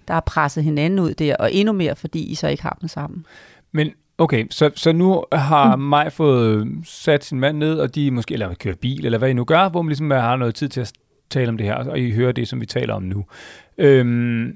der har presset hinanden ud der, og endnu mere, fordi I så ikke har dem sammen. Men okay, så, så nu har mm. Maj fået sat sin mand ned, og de måske eller kører bil, eller hvad I nu gør, hvor man ligesom har noget tid til at tale om det her, og I hører det, som vi taler om nu. Øhm,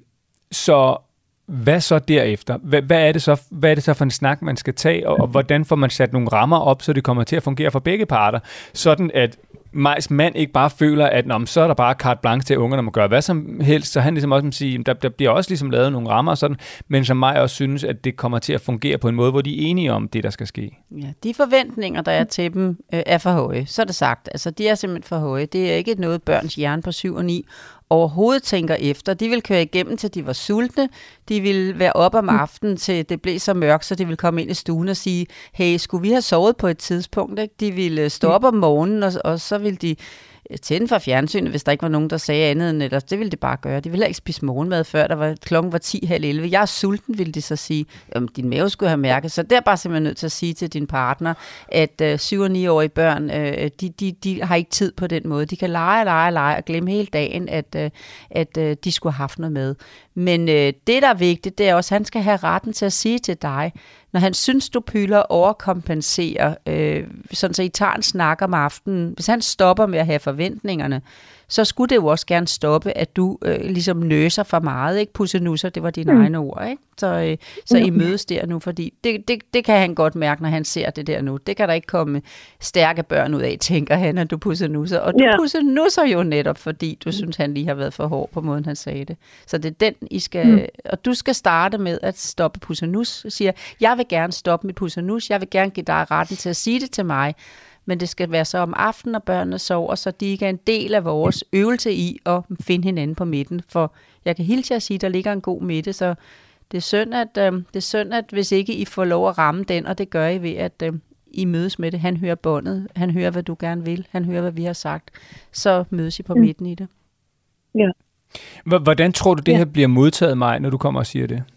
så hvad så derefter? Hvad, hvad, er det så, hvad er det så for en snak, man skal tage, og, og hvordan får man sat nogle rammer op, så det kommer til at fungere for begge parter, sådan at Majs mand ikke bare føler, at nå, så er der bare carte blanche til, at ungerne må gøre hvad som helst, så han ligesom også må sige, der, der bliver også ligesom lavet nogle rammer, sådan, men som Maj også synes, at det kommer til at fungere på en måde, hvor de er enige om det, der skal ske. Ja, de forventninger, der er til dem, øh, er for høje. Så er det sagt. Altså, de er simpelthen for høje. Det er ikke noget, børns hjerne på syv og ni overhovedet tænker efter. De vil køre igennem, til de var sultne. De vil være op om aftenen, til det blev så mørkt, så de vil komme ind i stuen og sige, hey, skulle vi have sovet på et tidspunkt? Ikke? De ville stå op om morgenen, og, og så ville de tænde for fjernsynet, hvis der ikke var nogen, der sagde andet end, eller det ville de bare gøre. De ville ikke spise morgenmad, før der var, klokken var ti, halv elleve. Jeg er sulten, ville de så sige. Jamen, din mave skulle have mærket. Så der er bare simpelthen nødt til at sige til din partner, at øh, syv- og ni-årige børn, øh, de, de, de har ikke tid på den måde. De kan lege, lege, lege og glemme hele dagen, at, øh, at øh, de skulle have haft noget med. Men øh, det, der er vigtigt, det er også, at han skal have retten til at sige til dig, når han synes, du pyler overkompenserer, øh, sådan så I tager en snak om aftenen, hvis han stopper med at have forventningerne, så skulle det jo også gerne stoppe, at du øh, ligesom nøser for meget, ikke? Pussenusser, det var dine mm. egne ord, ikke? Så, øh, så I mødes der nu, fordi det, det, det kan han godt mærke, når han ser det der nu. Det kan der ikke komme stærke børn ud af, tænker han, at du pussenusser. Og du yeah. pussenusser jo netop, fordi du synes, han lige har været for hård på måden, han sagde det. Så det er den, I skal... Mm. Og du skal starte med at stoppe pussenus. Siger, jeg vil gerne stoppe mit pussenus, jeg vil gerne give dig retten til at sige det til mig, men det skal være så om aftenen, når børnene sover, så de ikke er en del af vores øvelse i at finde hinanden på midten. For jeg kan hilse jer at sige, at der ligger en god midte, så det er synd, at, øh, det er synd, at hvis ikke I får lov at ramme den, og det gør I ved, at øh, I mødes med det. Han hører båndet, han hører, hvad du gerne vil, han hører, hvad vi har sagt. Så mødes I på mm. midten i det. Ja. Hvordan tror du, det her ja. bliver modtaget, Maj, når du kommer og siger det?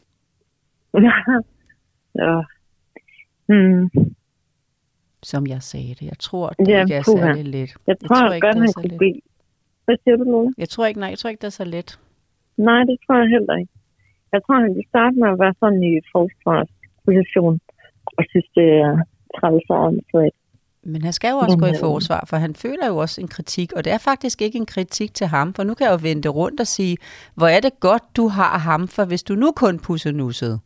ja. Hmm. Som jeg sagde det. Jeg tror, det ja, ikke er særlig let. Jeg tror, jeg tror ikke, godt, han kunne blive. Hvad siger du, Lola? Jeg tror ikke, nej, jeg tror ikke, det er så let. Nej, det tror jeg heller ikke. Jeg tror, han vil starte med at være sådan i forsvarsposition, og synes, det er træls og åndssvagt. Men han skal jo også gå i forsvar, for han føler jo også en kritik, og det er faktisk ikke en kritik til ham, for nu kan jeg jo vende det rundt og sige, hvor er det godt, du har ham, for hvis du nu kun pussenusset,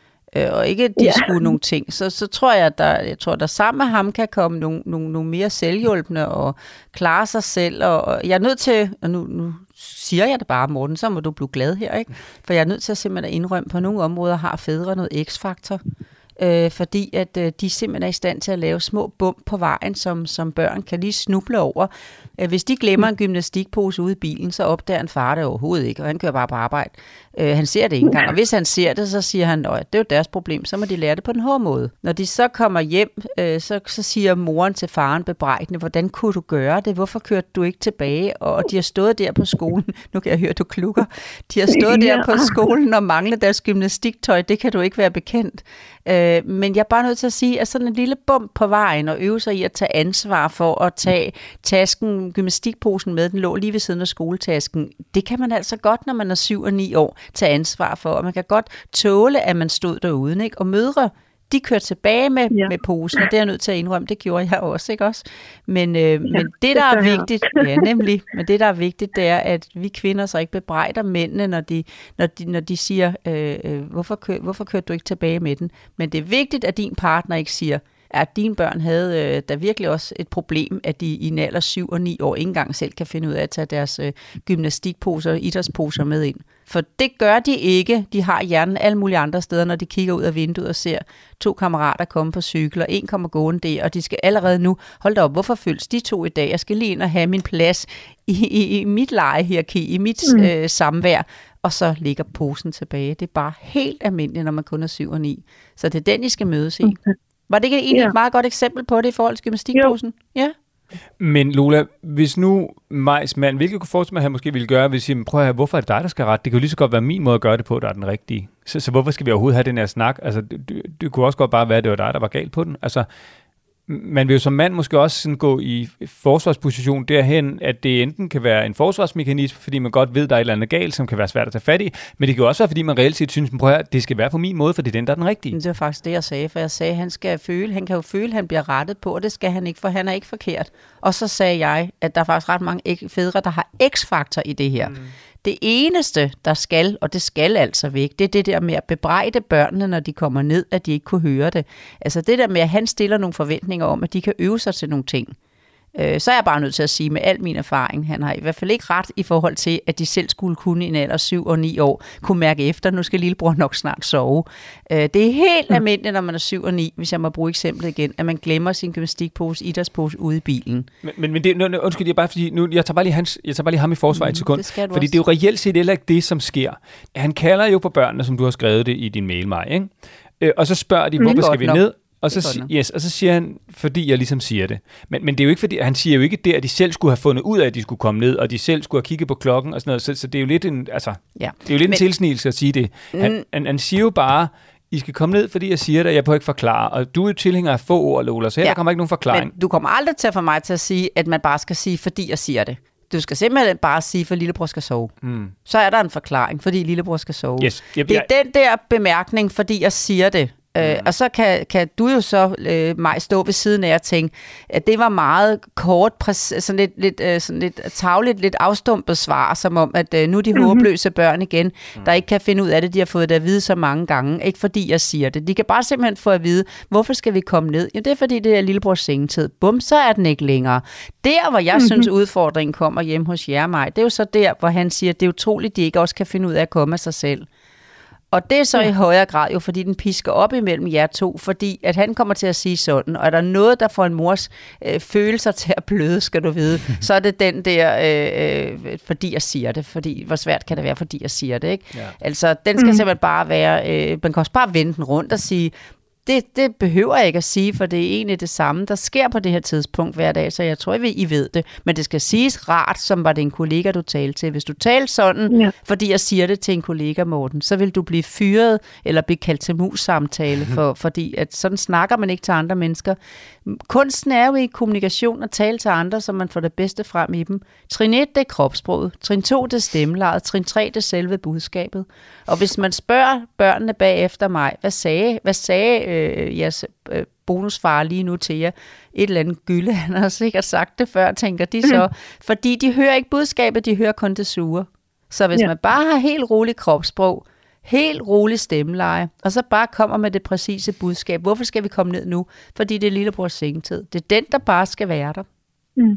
og ikke de ja. skulle nogle ting, så, så tror jeg, at der, jeg tror, der sammen med ham kan komme nogle, nogle, nogle mere selvhjulpende og klare sig selv. Og, og jeg er nødt til, og nu, nu siger jeg det bare, Morten, så må du blive glad her, ikke? For jeg er nødt til at simpelthen indrømme, på nogle områder har fædre noget x-faktor. Øh, fordi at øh, de simpelthen er i stand til at lave små bump på vejen, som, som børn kan lige snuble over. Øh, hvis de glemmer en gymnastikpose ude i bilen, så opdager en far det overhovedet ikke, og han kører bare på arbejde. Øh, han ser det ikke engang, og hvis han ser det, så siger han, at det er jo deres problem, så må de lære det på den hårde måde. Når de så kommer hjem, øh, så, så siger moren til faren bebrejdende, hvordan kunne du gøre det? Hvorfor kørte du ikke tilbage? Og de har stået der på skolen, nu kan jeg høre, du klukker, de har stået der på skolen og manglet deres gymnastiktøj, det kan du ikke være bekendt. Øh, men jeg er bare nødt til at sige, at sådan en lille bump på vejen og øve sig i at tage ansvar for at tage tasken, gymnastikposen med, den lå lige ved siden af skoletasken. Det kan man altså godt, når man er syv og ni år, tage ansvar for, og man kan godt tåle, at man stod derude, ikke? Og mødre, de kørte tilbage med, ja. med posen, og det er jeg nødt til at indrømme, det gjorde jeg også, ikke også? Men, øh, ja, men det, der er vigtigt, ja, nemlig, men det, der er vigtigt, det er, at vi kvinder så ikke bebrejder mændene, når de, når de, når de siger, øh, hvorfor, kør, hvorfor kørte du ikke tilbage med den? Men det er vigtigt, at din partner ikke siger, at dine børn havde øh, der virkelig også et problem, at de i en alder syv og ni år ikke engang selv kan finde ud af at tage deres øh, gymnastikposer og idrætsposer med ind. For det gør de ikke. De har hjernen alle mulige andre steder, når de kigger ud af vinduet og ser to kammerater komme på cykel, og en kommer gående der, og de skal allerede nu, hold da op, hvorfor følges de to i dag? Jeg skal lige ind og have min plads i, i, i mit legehierarki, i mit mm. øh, samvær, og så ligger posen tilbage. Det er bare helt almindeligt, når man kun er syv og ni. Så det er den, I skal mødes i. Okay. Var det ikke egentlig ja. et meget godt eksempel på det i forhold til gymnastikposen? Jo. Ja. Men Lola, hvis nu Majs mand, hvilket kunne forestille mig, at han måske ville gøre, hvis sige, prøv at høre, hvorfor er det dig, der skal ret? Det kan jo lige så godt være min måde at gøre det på, der er den rigtige. Så, så hvorfor skal vi overhovedet have den her snak? Altså, det, det kunne også godt bare være, at det var dig, der var galt på den. Altså, man vil jo som mand måske også sådan gå i forsvarsposition derhen, at det enten kan være en forsvarsmekanisme, fordi man godt ved, at der er et eller andet galt, som kan være svært at tage fat i, men det kan jo også være, fordi man reelt set synes, at det skal være på min måde, for det er den, der er den rigtige. Det var faktisk det, jeg sagde, for jeg sagde, at han skal føle, han kan jo føle, at han bliver rettet på, og det skal han ikke, for han er ikke forkert. Og så sagde jeg, at der er faktisk ret mange fædre, der har x-faktor i det her. Mm. Det eneste, der skal, og det skal altså væk, det er det der med at bebrejde børnene, når de kommer ned, at de ikke kunne høre det. Altså det der med, at han stiller nogle forventninger om, at de kan øve sig til nogle ting. Så er jeg bare nødt til at sige, med al min erfaring, han har i hvert fald ikke ret i forhold til, at de selv skulle kunne i en alder syv og ni år, kunne mærke efter, nu skal lillebror nok snart sove. Det er helt almindeligt, når man er syv og ni, hvis jeg må bruge eksemplet igen, at man glemmer sin gymnastikpose, idrætspose ude i bilen. Men, men, men det, nu, undskyld, jeg bare, fordi nu, jeg tager bare lige, hans, jeg tager bare lige ham i forsvar mm, et sekund, det fordi også. Det er jo reelt set heller ikke det, som sker. Han kalder jo på børnene, som du har skrevet det i din mail, Maj, ikke? Øh, og så spørger de, hvorfor skal vi nok. ned? Og så, yes, og så siger han, fordi jeg ligesom siger det. Men, men det er jo ikke fordi, han siger jo ikke det, at de selv skulle have fundet ud af, at de skulle komme ned, og de selv skulle have kigget på klokken og sådan noget. Så, så det er jo lidt en, altså, ja. det er jo lidt men, en tilsnigelse at sige det. Han, mm, han, han siger jo bare, I skal komme ned, fordi jeg siger det, og jeg behøver ikke forklare. Og du er jo tilhænger af få ord, Lola, så her ja. kommer ikke nogen forklaring. Men du kommer aldrig til at få mig til at sige, at man bare skal sige, fordi jeg siger det. Du skal simpelthen bare sige, for lillebror skal sove. Mm. Så er der en forklaring, fordi lillebror skal sove. Yes. Yep, det er jeg... den der bemærkning, fordi jeg siger det. Mm. Øh, og så kan, kan du jo så øh, mig stå ved siden af og tænke, at det var meget kort, præs- sådan lidt, lidt, øh, sådan lidt tavligt, lidt afstumpet svar, som om, at øh, nu er de mm-hmm. håbløse børn igen, mm. der ikke kan finde ud af det, de har fået det at vide så mange gange. Ikke fordi jeg siger det. De kan bare simpelthen få at vide, hvorfor skal vi komme ned? Jo, det er fordi, det er lillebrors sengetid. Bum, så er den ikke længere. Der, hvor jeg mm-hmm. synes, udfordringen kommer hjemme hos jer, mig, det er jo så der, hvor han siger, at det er utroligt, de ikke også kan finde ud af at komme af sig selv. Og det er så ja. i højere grad jo, fordi den pisker op imellem jer to, fordi at han kommer til at sige sådan, og er der noget, der får en mors øh, følelser til at bløde, skal du vide, så er det den der, øh, øh, fordi jeg siger det, fordi hvor svært kan det være, fordi jeg siger det, ikke? Ja. Altså, den skal mm. simpelthen bare være, øh, man kan også bare vende den rundt og sige, Det, det behøver jeg ikke at sige, for det er egentlig det samme, der sker på det her tidspunkt hver dag, så jeg tror, I, I ved det. Men det skal siges rart, som var det en kollega, du talte til. Hvis du talte sådan, ja. fordi jeg siger det til en kollega, Morten, så vil du blive fyret eller blive kaldt til mus-samtale, for, fordi at sådan snakker man ikke til andre mennesker. Kunsten er jo i kommunikation at tale til andre, så man får det bedste frem i dem. Trin et, det er kropssproget. Trin to, det er stemmelejet. Trin tre, det er selve budskabet. Og hvis man spørger børnene bagefter mig, hvad sagde, hvad sagde øh, jeres øh, bonusfar lige nu til jer? Et eller andet gylde, han har sikkert sagt det før, tænker de så. Mm. Fordi de hører ikke budskabet, de hører kun det sure. Så hvis ja. man bare har helt roligt kropssprog, helt rolig stemmeleje, og så bare kommer med det præcise budskab. Hvorfor skal vi komme ned nu? Fordi det er lillebrors sengetid. Det er den, der bare skal være der. Mm.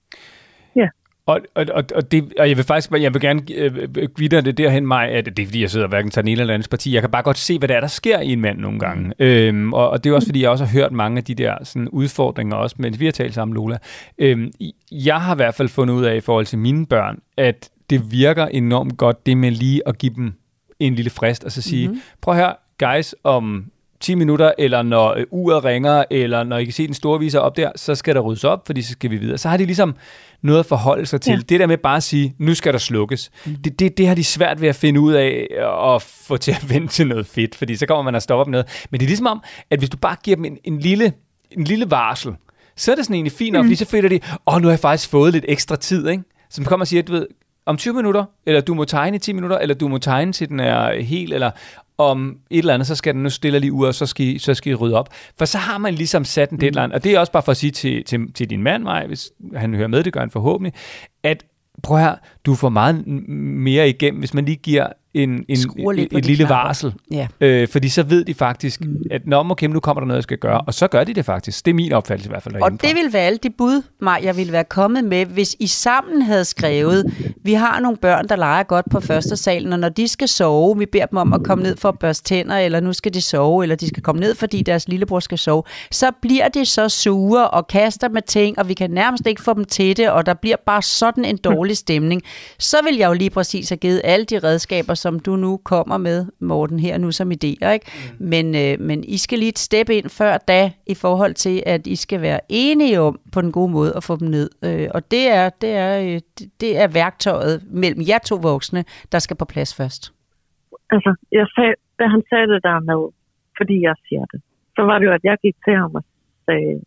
Ja. Og, og, og, det, og jeg vil faktisk jeg vil gerne øh, give dig det derhen, mig, at det er fordi, jeg sidder hverken til den ene eller andens parti. Jeg kan bare godt se, hvad der er, der sker i en mand nogle gange. Mm. Øhm, og, og det er også, fordi jeg også har hørt mange af de der sådan, udfordringer, også mens vi har talt sammen, Lola. Øhm, jeg har i hvert fald fundet ud af, i forhold til mine børn, at det virker enormt godt, det med lige at give dem en lille frist, og så sige, mm-hmm. prøv her, guys, om ti minutter, eller når øh, uret ringer, eller når I kan se den store viser op der, så skal der ryddes op, fordi så skal vi videre. Så har de ligesom noget at forholde sig til. Ja. Det der med bare at sige, nu skal der slukkes, mm. det, det, det har de svært ved at finde ud af, og få til at vente til noget fedt, fordi så kommer man at stoppe op noget. Men det er ligesom om, at hvis du bare giver dem en, en, lille, en lille varsel, så er det sådan egentlig fint nok, mm. fordi så føler de, åh, oh, nu har jeg faktisk fået lidt ekstra tid, ikke? Som kommer og siger, du ved, om tyve minutter, eller du må tegne i ti minutter, eller du må tegne til den er hel, eller om et eller andet, så skal den nu stille lige ud, og så skal, I, så skal I rydde op. For så har man ligesom sat en deadline, mm. og det er også bare for at sige til, til, til din mand, Maj, hvis han hører med, det gør han forhåbentlig, at prøv her, du får meget mere igennem, hvis man lige giver en, en, et, et lille knapper. varsel. Ja. Øh, fordi så ved de faktisk, mm. at nå, okay, nu kommer der noget, jeg skal gøre. Og så gør de det faktisk. Det er min opfattelse i hvert fald. Og det ville være alle de bud, Maj, jeg ville være kommet med, hvis I sammen havde skrevet, vi har nogle børn, der leger godt på første salen, og når de skal sove, vi beder dem om at komme ned for at børste tænder, eller nu skal de sove, eller de skal komme ned, fordi deres lillebror skal sove, så bliver de så sure og kaster med ting, og vi kan nærmest ikke få dem til det, og der bliver bare sådan en dårlig stemning. Så vil jeg jo lige præcis have givet alle de redskaber, som du nu kommer med, Morten, her nu som idéer, ikke? Mm. Men, øh, men I skal lige et step ind før da, i forhold til, at I skal være enige om på den gode måde at få dem ned. Øh, og det er, det, er, øh, det er værktøjet mellem jer to voksne, der skal på plads først. Altså, jeg sagde, da han sagde det der med, fordi jeg siger det, så var det jo, at jeg gik til ham og sagde,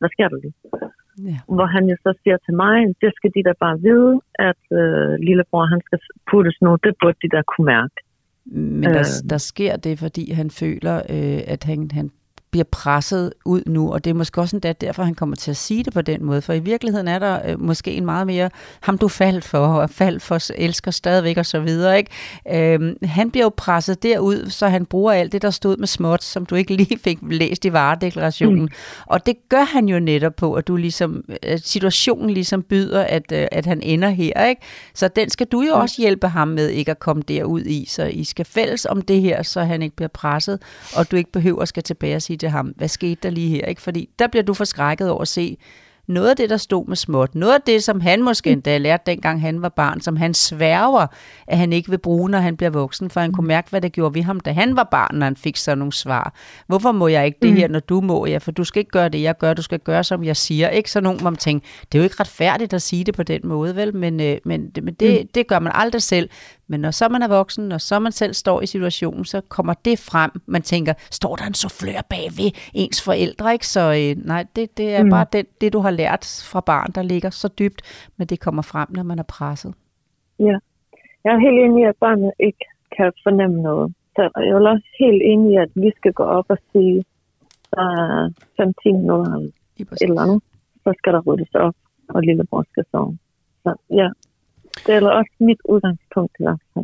hvad sker der lige? Ja. Hvor han jo så siger til mig, det skal de da bare vide, at øh, lillebror, han skal puttes nu, det burde de da kunne mærke. Men der, øh. der sker det, fordi han føler, øh, at han, han bliver presset ud nu, og det er måske også endda derfor, han kommer til at sige det på den måde, for i virkeligheden er der øh, måske en meget mere, ham du faldt for, og faldt for, elsker stadigvæk, og så videre, ikke? Øhm, han bliver jo presset derud, så han bruger alt det, der stod med småt, som du ikke lige fik læst i varedeklarationen, mm. og det gør han jo netop på, at du ligesom, at situationen ligesom byder, at, at han ender her, ikke? Så den skal du jo også hjælpe ham med, ikke at komme derud i, så I skal fælles om det her, så han ikke bliver presset, og du ikke behøver at skal tilbage og sige til ham, hvad skete der lige her, ikke? Fordi der bliver du forskrækket over at se noget af det, der stod med småt, noget af det, som han måske endda lærte, dengang han var barn, som han sværger, at han ikke vil bruge, når han bliver voksen, for han kunne mærke, hvad det gjorde ved ham, da han var barn, når han fik sådan nogle svar. Hvorfor må jeg ikke det her, når du må? Ja, for du skal ikke gøre det, jeg gør, du skal gøre, som jeg siger. Ikke sådan nogen, hvor man tænker, det er jo ikke retfærdigt at sige det på den måde, vel? Men, øh, men, det, men det, det gør man aldrig selv. Men når så man er voksen, når så man selv står i situationen, så kommer det frem. Man tænker, står der en soufflør bagved ens forældre, ikke? Så øh, nej, det, det er mm. bare det, det, du har lært fra barn, der ligger så dybt, men det kommer frem, når man er presset. Ja, jeg er helt enig i, at børnene ikke kan fornemme noget. Så jeg er også helt enig i, at vi skal gå op og sige, der er femten minutter eller et eller andet, så skal der ryddes op, og lillebror skal sove. Så ja. Det er også mit udgangspunkt i hvert fald.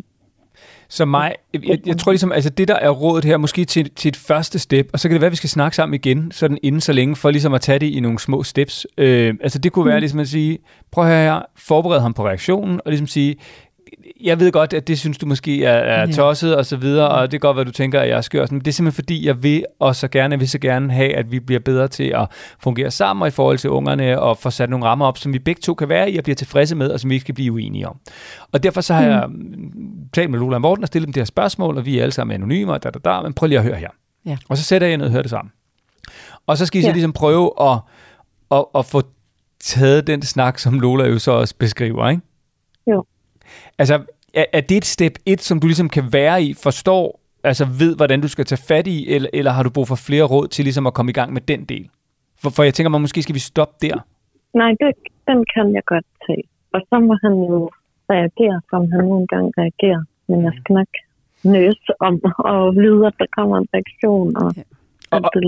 Så mig, jeg, jeg tror ligesom, altså det der er rådet her, måske til, til et første step, og så kan det være, at vi skal snakke sammen igen, sådan inden så længe, for ligesom at tage det i nogle små steps. Øh, altså det kunne være ligesom at sige, prøv at høre her, forbered ham på reaktionen, og ligesom sige, jeg ved godt, at det synes du måske er, er tosset og så videre, og det er godt, hvad du tænker, at jeg er skør. Men det er simpelthen fordi, jeg vil og så gerne, jeg vil så gerne have, at vi bliver bedre til at fungere sammen og i forhold til ungerne og få sat nogle rammer op, som vi begge to kan være i og bliver tilfredse med, og som vi ikke skal blive uenige om. Og derfor så har mm. jeg talt med Lola og Morten og stillet dem det her spørgsmål, og vi er alle sammen anonyme, da, da, da, men prøv lige at høre her. Ja. Og så sætter jeg ned og hører det sammen. Og så skal I ja. så ligesom prøve at, at, at få taget den snak, som Lola jo så også beskriver, ikke? Jo. Altså, er, er det et step et, som du ligesom kan være i, forstår, altså ved, hvordan du skal tage fat i, eller, eller har du brug for flere råd til ligesom at komme i gang med den del? For, for jeg tænker mig, måske skal vi stoppe der. Nej, det, den kan jeg godt tage. Og så må han jo reagere, som han nogle gange reagerer. Men jeg skal nok nøse om og vide, at der kommer en reaktion, og Og, og,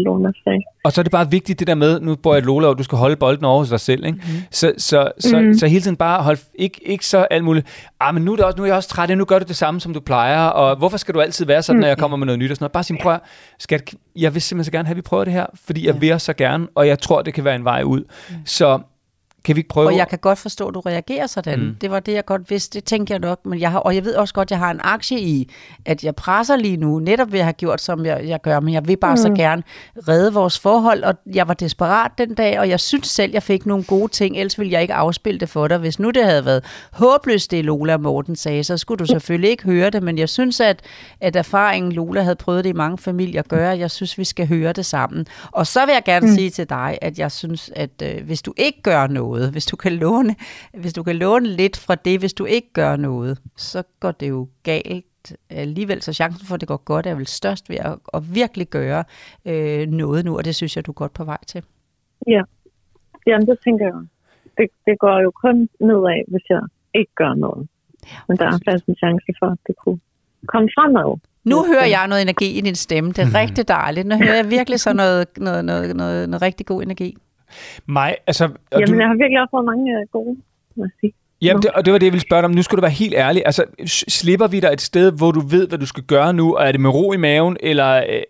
og så er det bare vigtigt det der med, nu bor jeg Lola, og du skal holde bolden over hos dig selv, ikke? Mm. Så, så, så, mm. så hele tiden bare hold, ikke, ikke så alt muligt, ah, men nu er, det også, nu er jeg også træt, nu gør du det samme, som du plejer, og hvorfor skal du altid være sådan, mm. når jeg kommer med noget nyt og sådan noget? Bare sige, prøv at, skat, jeg vil simpelthen så gerne have, at vi prøver det her, fordi jeg ja. vil så gerne, og jeg tror, det kan være en vej ud. Mm. Så kan vi ikke prøve? Og jeg kan godt forstå, at du reagerer sådan. Mm. Det var det, jeg godt vidste. Det tænker jeg nok. Men jeg har, og jeg ved også godt, at jeg har en aktie i, at jeg presser lige nu, netop ved at have gjort, som jeg, jeg gør. Men jeg vil bare mm. så gerne redde vores forhold, og jeg var desperat den dag, og jeg synes selv, jeg fik nogle gode ting, ellers ville jeg ikke afspille det for dig. Hvis nu det havde været håbløst, det Lola og Morten sagde, så skulle du selvfølgelig ikke høre det, men jeg synes, at, at erfaringen, Lola havde prøvet det i mange familier, gør, jeg synes, vi skal høre det sammen. Og så vil jeg gerne mm. sige til dig, at jeg synes, at øh, hvis du ikke gør noget, Hvis du, kan låne, hvis du kan låne lidt fra det, hvis du ikke gør noget, så går det jo galt alligevel. Så chancen for, at det går godt, er vel størst ved at, at virkelig gøre øh, noget nu, og det synes jeg, du er godt på vej til. Ja, jamen det tænker jeg. Det, det går jo kun nedad, hvis jeg ikke gør noget. Ja, men der er faktisk en chance for, at det kunne komme fremad. Nu hører jeg noget energi i din stemme. Det er mm. rigtig dejligt. Nu hører jeg virkelig så noget, noget, noget, noget, noget rigtig god energi. Mig, altså... Jamen, du... jeg har virkelig også fået mange gode, må jeg sige. Jamen, det, og det var det, jeg ville spørge dig om. Nu skal du være helt ærlig. Altså, slipper vi dig et sted, hvor du ved, hvad du skal gøre nu? Og er det med ro i maven, eller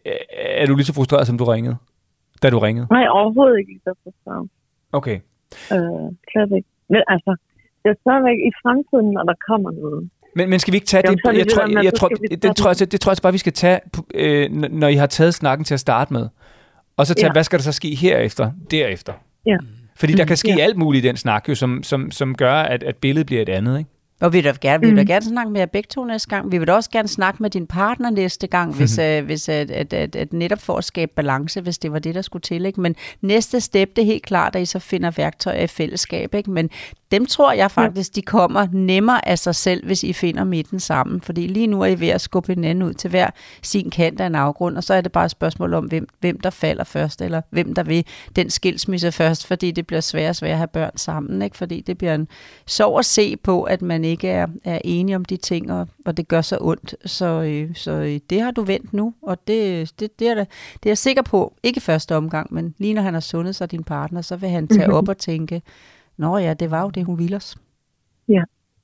er du lige så frustreret, som du ringede? Da du ringede? Nej, overhovedet ikke lige så frustreret. Okay. Øh, slet ikke. Men altså, det er stadigvæk i fremtiden, når der kommer noget. Men, men skal vi ikke tage det? Jeg tror, jeg tror, det tror jeg, det tror jeg bare, vi skal tage, øh, når I har taget snakken til at starte med. Og så tage, ja. hvad skal der så ske herefter, derefter? Ja. Fordi der kan ske ja. alt muligt i den snak, jo, som, som, som gør, at, at billedet bliver et andet, ikke? Og vi vil da gerne, Mm. vi vil da gerne snakke med jer begge to næste gang. Vi vil da også gerne snakke med din partner næste gang, hvis, uh, hvis at, at, at, at netop for at skabe balance, hvis det var det, der skulle til. Ikke? Men næste step, det er helt klart, at I så finder værktøjer i fællesskab. Ikke? Men dem tror jeg faktisk, de kommer nemmere af sig selv, hvis I finder midten sammen. Fordi lige nu er I ved at skubbe hinanden ud til hver sin kant af en afgrund, og så er det bare et spørgsmål om, hvem, hvem der falder først, eller hvem der vil den skilsmisse først, fordi det bliver sværere og sværere at have børn sammen. Ikke? Fordi det bliver en sorg at se på, at man ikke er, er enige om de ting, og, og det gør så ondt. Så, øh, så øh, det har du vendt nu, og det, det, det, er, det er jeg sikker på, ikke i første omgang, men lige når han har sundet sig din partner, så vil han tage mm-hmm. op og tænke, nå ja, det var jo det, hun ville os. Ja.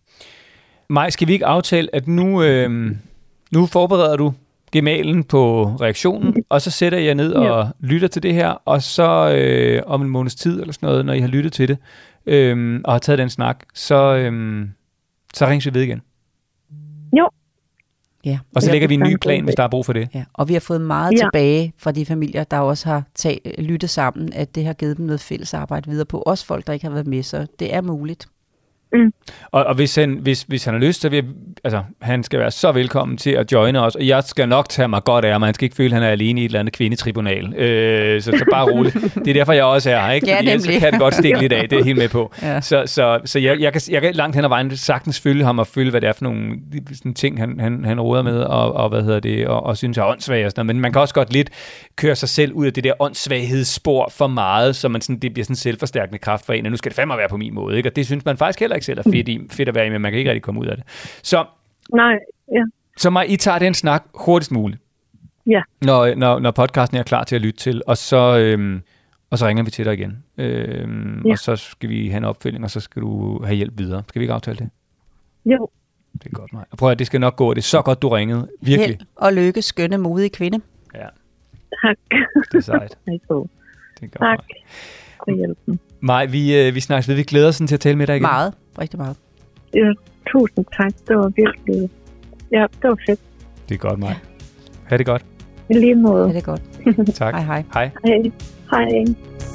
Maj, skal vi ikke aftale, at nu, øh, nu forbereder du gemalen på reaktionen, mm. og så sætter jeg ned og ja. lytter til det her, og så øh, om en måneds tid eller sådan noget, når I har lyttet til det, øh, og har taget den snak, så, øh, så ringes vi ved igen. Jo. Ja. Og så lægger vi en ny plan, hvis der er brug for det. Ja. Og vi har fået meget ja. tilbage fra de familier, der også har tag, lyttet sammen, at det har givet dem noget fælles arbejde videre på. Også folk, der ikke har været med, så det er muligt. Mm. Og, og hvis, han, hvis, hvis han har lyst, så vil jeg, altså, han skal være så velkommen til at joine os, og jeg skal nok tage mig godt af ham, han skal ikke føle, at han er alene i et eller andet kvindetribunal. Øh, så, så bare roligt. Det er derfor, jeg også er her, ikke? Fordi ja, ellers kan det godt stikke lidt af, det er jeg helt med på. Ja. Så, så, så jeg, jeg, kan, jeg kan langt hen ad vejen sagtens følge ham og følge, hvad det er for nogle sådan ting, han, han, han råder med, og, og hvad hedder det, og, og synes er åndssvag og sådan noget. Men man kan også godt lidt køre sig selv ud af det der åndssvaghedsspor for meget, så man sådan, det bliver sådan en selvforstærkende kraft for en, og nu skal det fandme være på min måde, ikke? Og det synes man faktisk heller ikke selv er fedt i. Fedt at være i, men man kan ikke rigtig komme ud af det. Så, Nej, ja. så Maj, I tager den snak hurtigst muligt, Ja. når, når, når podcasten er klar til at lytte til, og så, øhm, og så ringer vi til dig igen. Øhm, Ja. Og så skal vi have en opfølging, og så skal du have hjælp videre. Skal vi ikke aftale det? Jo. Det er godt, Maj. Prøv at det skal nok gå. Det er så godt, du ringede. Virkelig. Held og lykke, skønne, modige kvinde. Ja, Tak. det er sejt. Hej så. Det er godt, Tak Maj. for hjælpen. Maj, vi, øh, vi snakkes ved. Vi glæder os sådan til at tale med dig igen. Meget. Rigtig meget. Ja, tusind tak. Det var virkelig... Ja, det var fedt. Det er godt, Maj. Ha' det godt. I lige måde. Ja, det er godt. Tak. Hej, hej. Hej. Hej. Hej.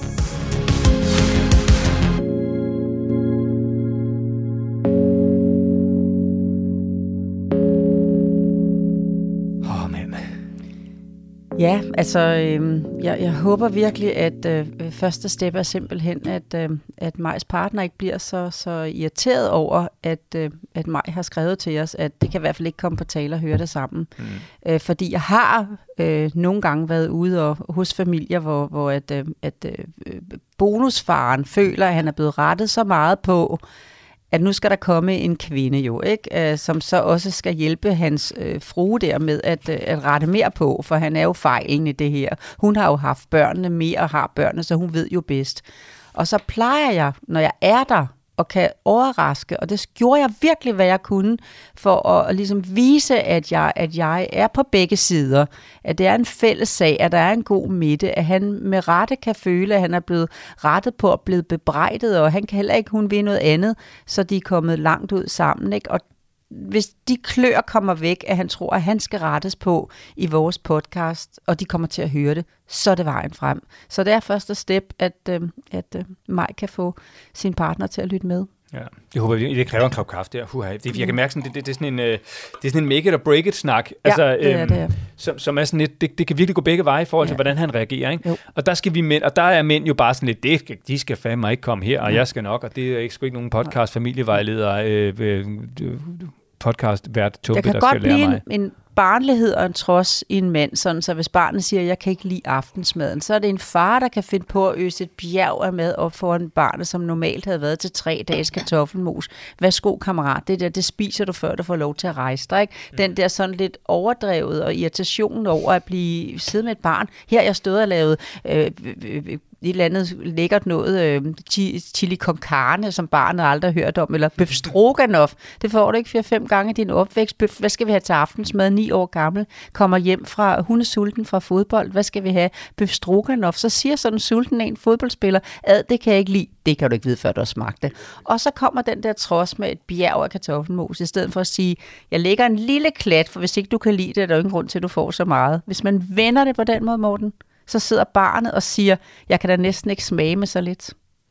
Ja, altså, øh, jeg, jeg håber virkelig, at øh, første step er simpelthen, at, øh, at Majs partner ikke bliver så, så irriteret over, at, øh, at Maj har skrevet til os, at det kan i hvert fald ikke komme på tale og høre det sammen. Mm. Øh, fordi jeg har øh, nogle gange været ude og, hos familier, hvor, hvor at, øh, at øh, bonusfaren føler, at han er blevet rettet så meget på, at nu skal der komme en kvinde jo, ikke? Som så også skal hjælpe hans øh, frue der med at, øh, at rette mere på, for han er jo fejlen i det her. Hun har jo haft børnene mere og har børnene, så hun ved jo bedst. Og så plejer jeg, når jeg er der og kan overraske, og det gjorde jeg virkelig, hvad jeg kunne, for at, at ligesom vise, at jeg, at jeg er på begge sider, at det er en fælles sag, at der er en god midte, at han med rette kan føle, at han er blevet rettet på og blevet bebrejdet, og han kan heller ikke, hun vil noget andet, så de er kommet langt ud sammen, ikke? Og hvis de klør kommer væk, at han tror, at han skal rettes på i vores podcast, og de kommer til at høre det, så er det vejen frem. Så det er første step, at, øh, at øh, Maj kan få sin partner til at lytte med. Ja, det håber jeg, det kræver en kop kaffe der. Huha. Det, jeg kan mærke, sådan, det, det, det, er sådan en, det er sådan en make it or break it snak, Ja, altså, det er øhm, det. som, som er sådan lidt, det, det kan virkelig gå begge veje i forhold til, Ja. hvordan han reagerer. Ikke? Jo. Og der skal vi mænd, og der er mænd jo bare sådan lidt, det skal, de skal fandme ikke komme her, og jeg skal nok, og det er ikke, sgu ikke nogen podcast, familievejleder, øh, øh, podcast vært Tobbe, Der kan der godt skal lære blive mig. en, en barnlighed og en trods i en mand, sådan, så hvis barnet siger, jeg kan ikke lide aftensmaden, så er det en far, der kan finde på at øse et bjerg af mad op foran barnet, som normalt havde været til tre dages kartoffelmos. Værsgo, kammerat, det der, det spiser du, før du får lov til at rejse dig, ikke? Den der sådan lidt overdrevet og irritationen over at blive siddet med et barn. Her jeg stod og lavede øh, øh, et eller andet lækkert noget, øh, chili con carne, som barnet aldrig har hørt om, eller bøf stroganoff. Det får du ikke fire-fem gange i din opvækst. Bøf, hvad skal vi have til aftensmad? Ni år gammel, kommer hjem fra, hun er sulten fra fodbold. Hvad skal vi have? Bøf stroganoff. Så siger sådan en sulten en fodboldspiller, ad, det kan jeg ikke lide. Det kan du ikke vide, før du har smagt det. Og så kommer den der trods med et bjerg af kartoffelmos, i stedet for at sige, jeg lægger en lille klat, for hvis ikke du kan lide det, er der jo ingen grund til, at du får så meget. Hvis man vender det på den måde, Morten, så sidder barnet og siger, jeg kan da næsten ikke smage med så lidt.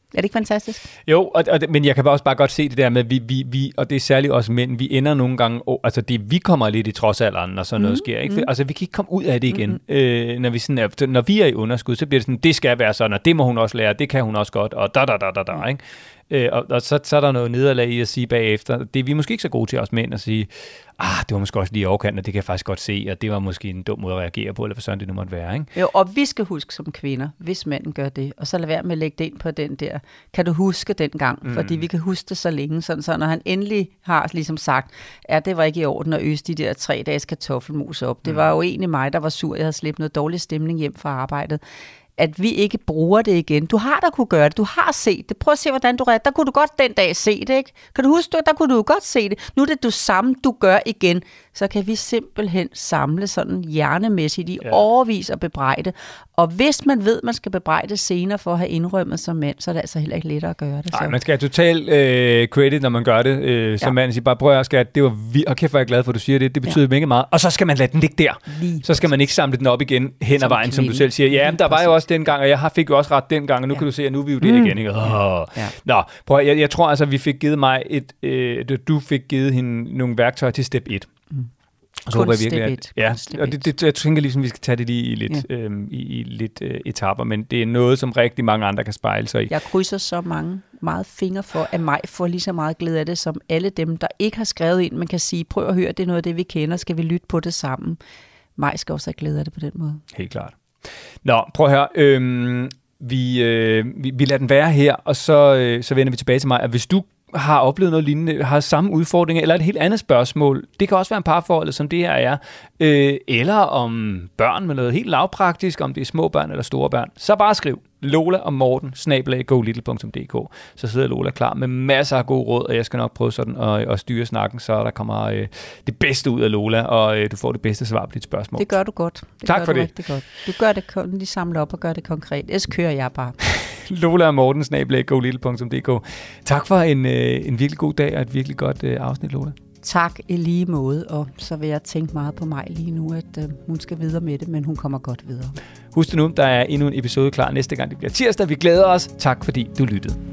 det ikke fantastisk? Jo, og, og, men jeg kan også bare godt se det der med, vi, vi, vi og det er særligt også mænd, vi ender nogle gange, oh, altså det, vi kommer lidt i trodsalderen, når sådan mm, noget sker, ikke? For, mm. Altså vi kan ikke komme ud af det igen. Mm. Øh, når, vi sådan er, når vi er i underskud, så bliver det sådan, det skal være sådan, og det må hun også lære, det kan hun også godt, og da da da da da, ikke? Øh, og og så, så er der noget nederlag i at sige bagefter, det er vi måske ikke så gode til os mænd at sige, ah, det var måske også lige overkant, og det kan jeg faktisk godt se, og det var måske en dum måde at reagere på, eller hvad sådan det nu måtte være, ikke? Jo, og vi skal huske som kvinder, hvis manden gør det, og så lad være med at lægge det ind på den der, kan du huske den gang, mm. fordi vi kan huske det så længe, sådan så når han endelig har ligesom sagt, ja, det var ikke i orden at øse de der tre dages kartoffelmus op, det var jo egentlig mig, der var sur, jeg havde slæbt noget dårlig stemning hjem fra arbejdet, at vi ikke bruger det igen. Du har da kunne gøre det. Du har set det. Prøv at se, hvordan du reagerer. Der kunne du godt den dag se det, ikke? Kan du huske det? Der kunne du godt se det. Nu er det du samme, du gør igen. Så kan vi simpelthen samle sådan hjernemæssigt i ja. Overvis og bebrejde. Og hvis man ved, man skal bebrejde senere for at have indrømmet som mand, så er det altså heller ikke lettere at gøre det. Nej, man skal have total øh, credit, når man gør det. Øh, som ja. mand siger, bare prøv at skat, det var vi- og kæft, hvor jeg er glad for, at du siger det. Det betyder ja. mega meget. Og så skal man lade den ligge der. Lige så skal man ikke samle den op igen hen ad vejen, som du selv siger. Ja, men der var jo også den gang, og jeg fik jo også ret den gang, og nu ja. kan du se, at nu er vi jo det mm. igen. Ikke? Oh. Ja. Nå, prøv, jeg, jeg tror altså, vi fik givet mig et, øh, du fik givet hende nogle værktøjer til step et. Mm. Og så håber jeg virkelig, at, ja, og det, det, jeg tænker ligesom, vi skal tage det lige i lidt, ja. øhm, i, i lidt øh, etaper, men det er noget, som rigtig mange andre kan spejle sig i. Jeg krydser så mange meget fingre for, at mig får lige så meget glæde af det, som alle dem, der ikke har skrevet ind, man kan sige, prøv at høre, det er noget af det, vi kender, skal vi lytte på det sammen. Mig skal også have glæde af det på den måde. Helt klart. Nå, prøv at høre, øhm, vi, øh, vi, vi lader den være her, og så, øh, så vender vi tilbage til mig, at hvis du har oplevet noget lignende, har samme udfordringer, eller et helt andet spørgsmål. Det kan også være en parforhold, som det her er, øh, eller om børn med noget helt lavpraktisk, om det er små børn eller store børn. Så bare skriv Lola og Morten, snabel-a go little punktum d k. Så sidder Lola klar med masser af gode råd, og jeg skal nok prøve sådan at, at styre snakken, så der kommer øh, det bedste ud af Lola, og øh, du får det bedste svar på dit spørgsmål. Det gør du godt. Det tak gør for du det. Rigtig godt. Du gør det kun lige samle op og gør det konkret. Ellers kører jeg bare. Lola og Morten, snabel-a go little punktum d k. Tak for en, øh, en virkelig god dag og et virkelig godt øh, afsnit, Lola. Tak i lige måde, og så vil jeg tænke meget på mig lige nu, at øh, hun skal videre med det, men hun kommer godt videre. Husk det nu, der er endnu en episode klar næste gang. Det bliver tirsdag. Vi glæder os. Tak fordi du lyttede.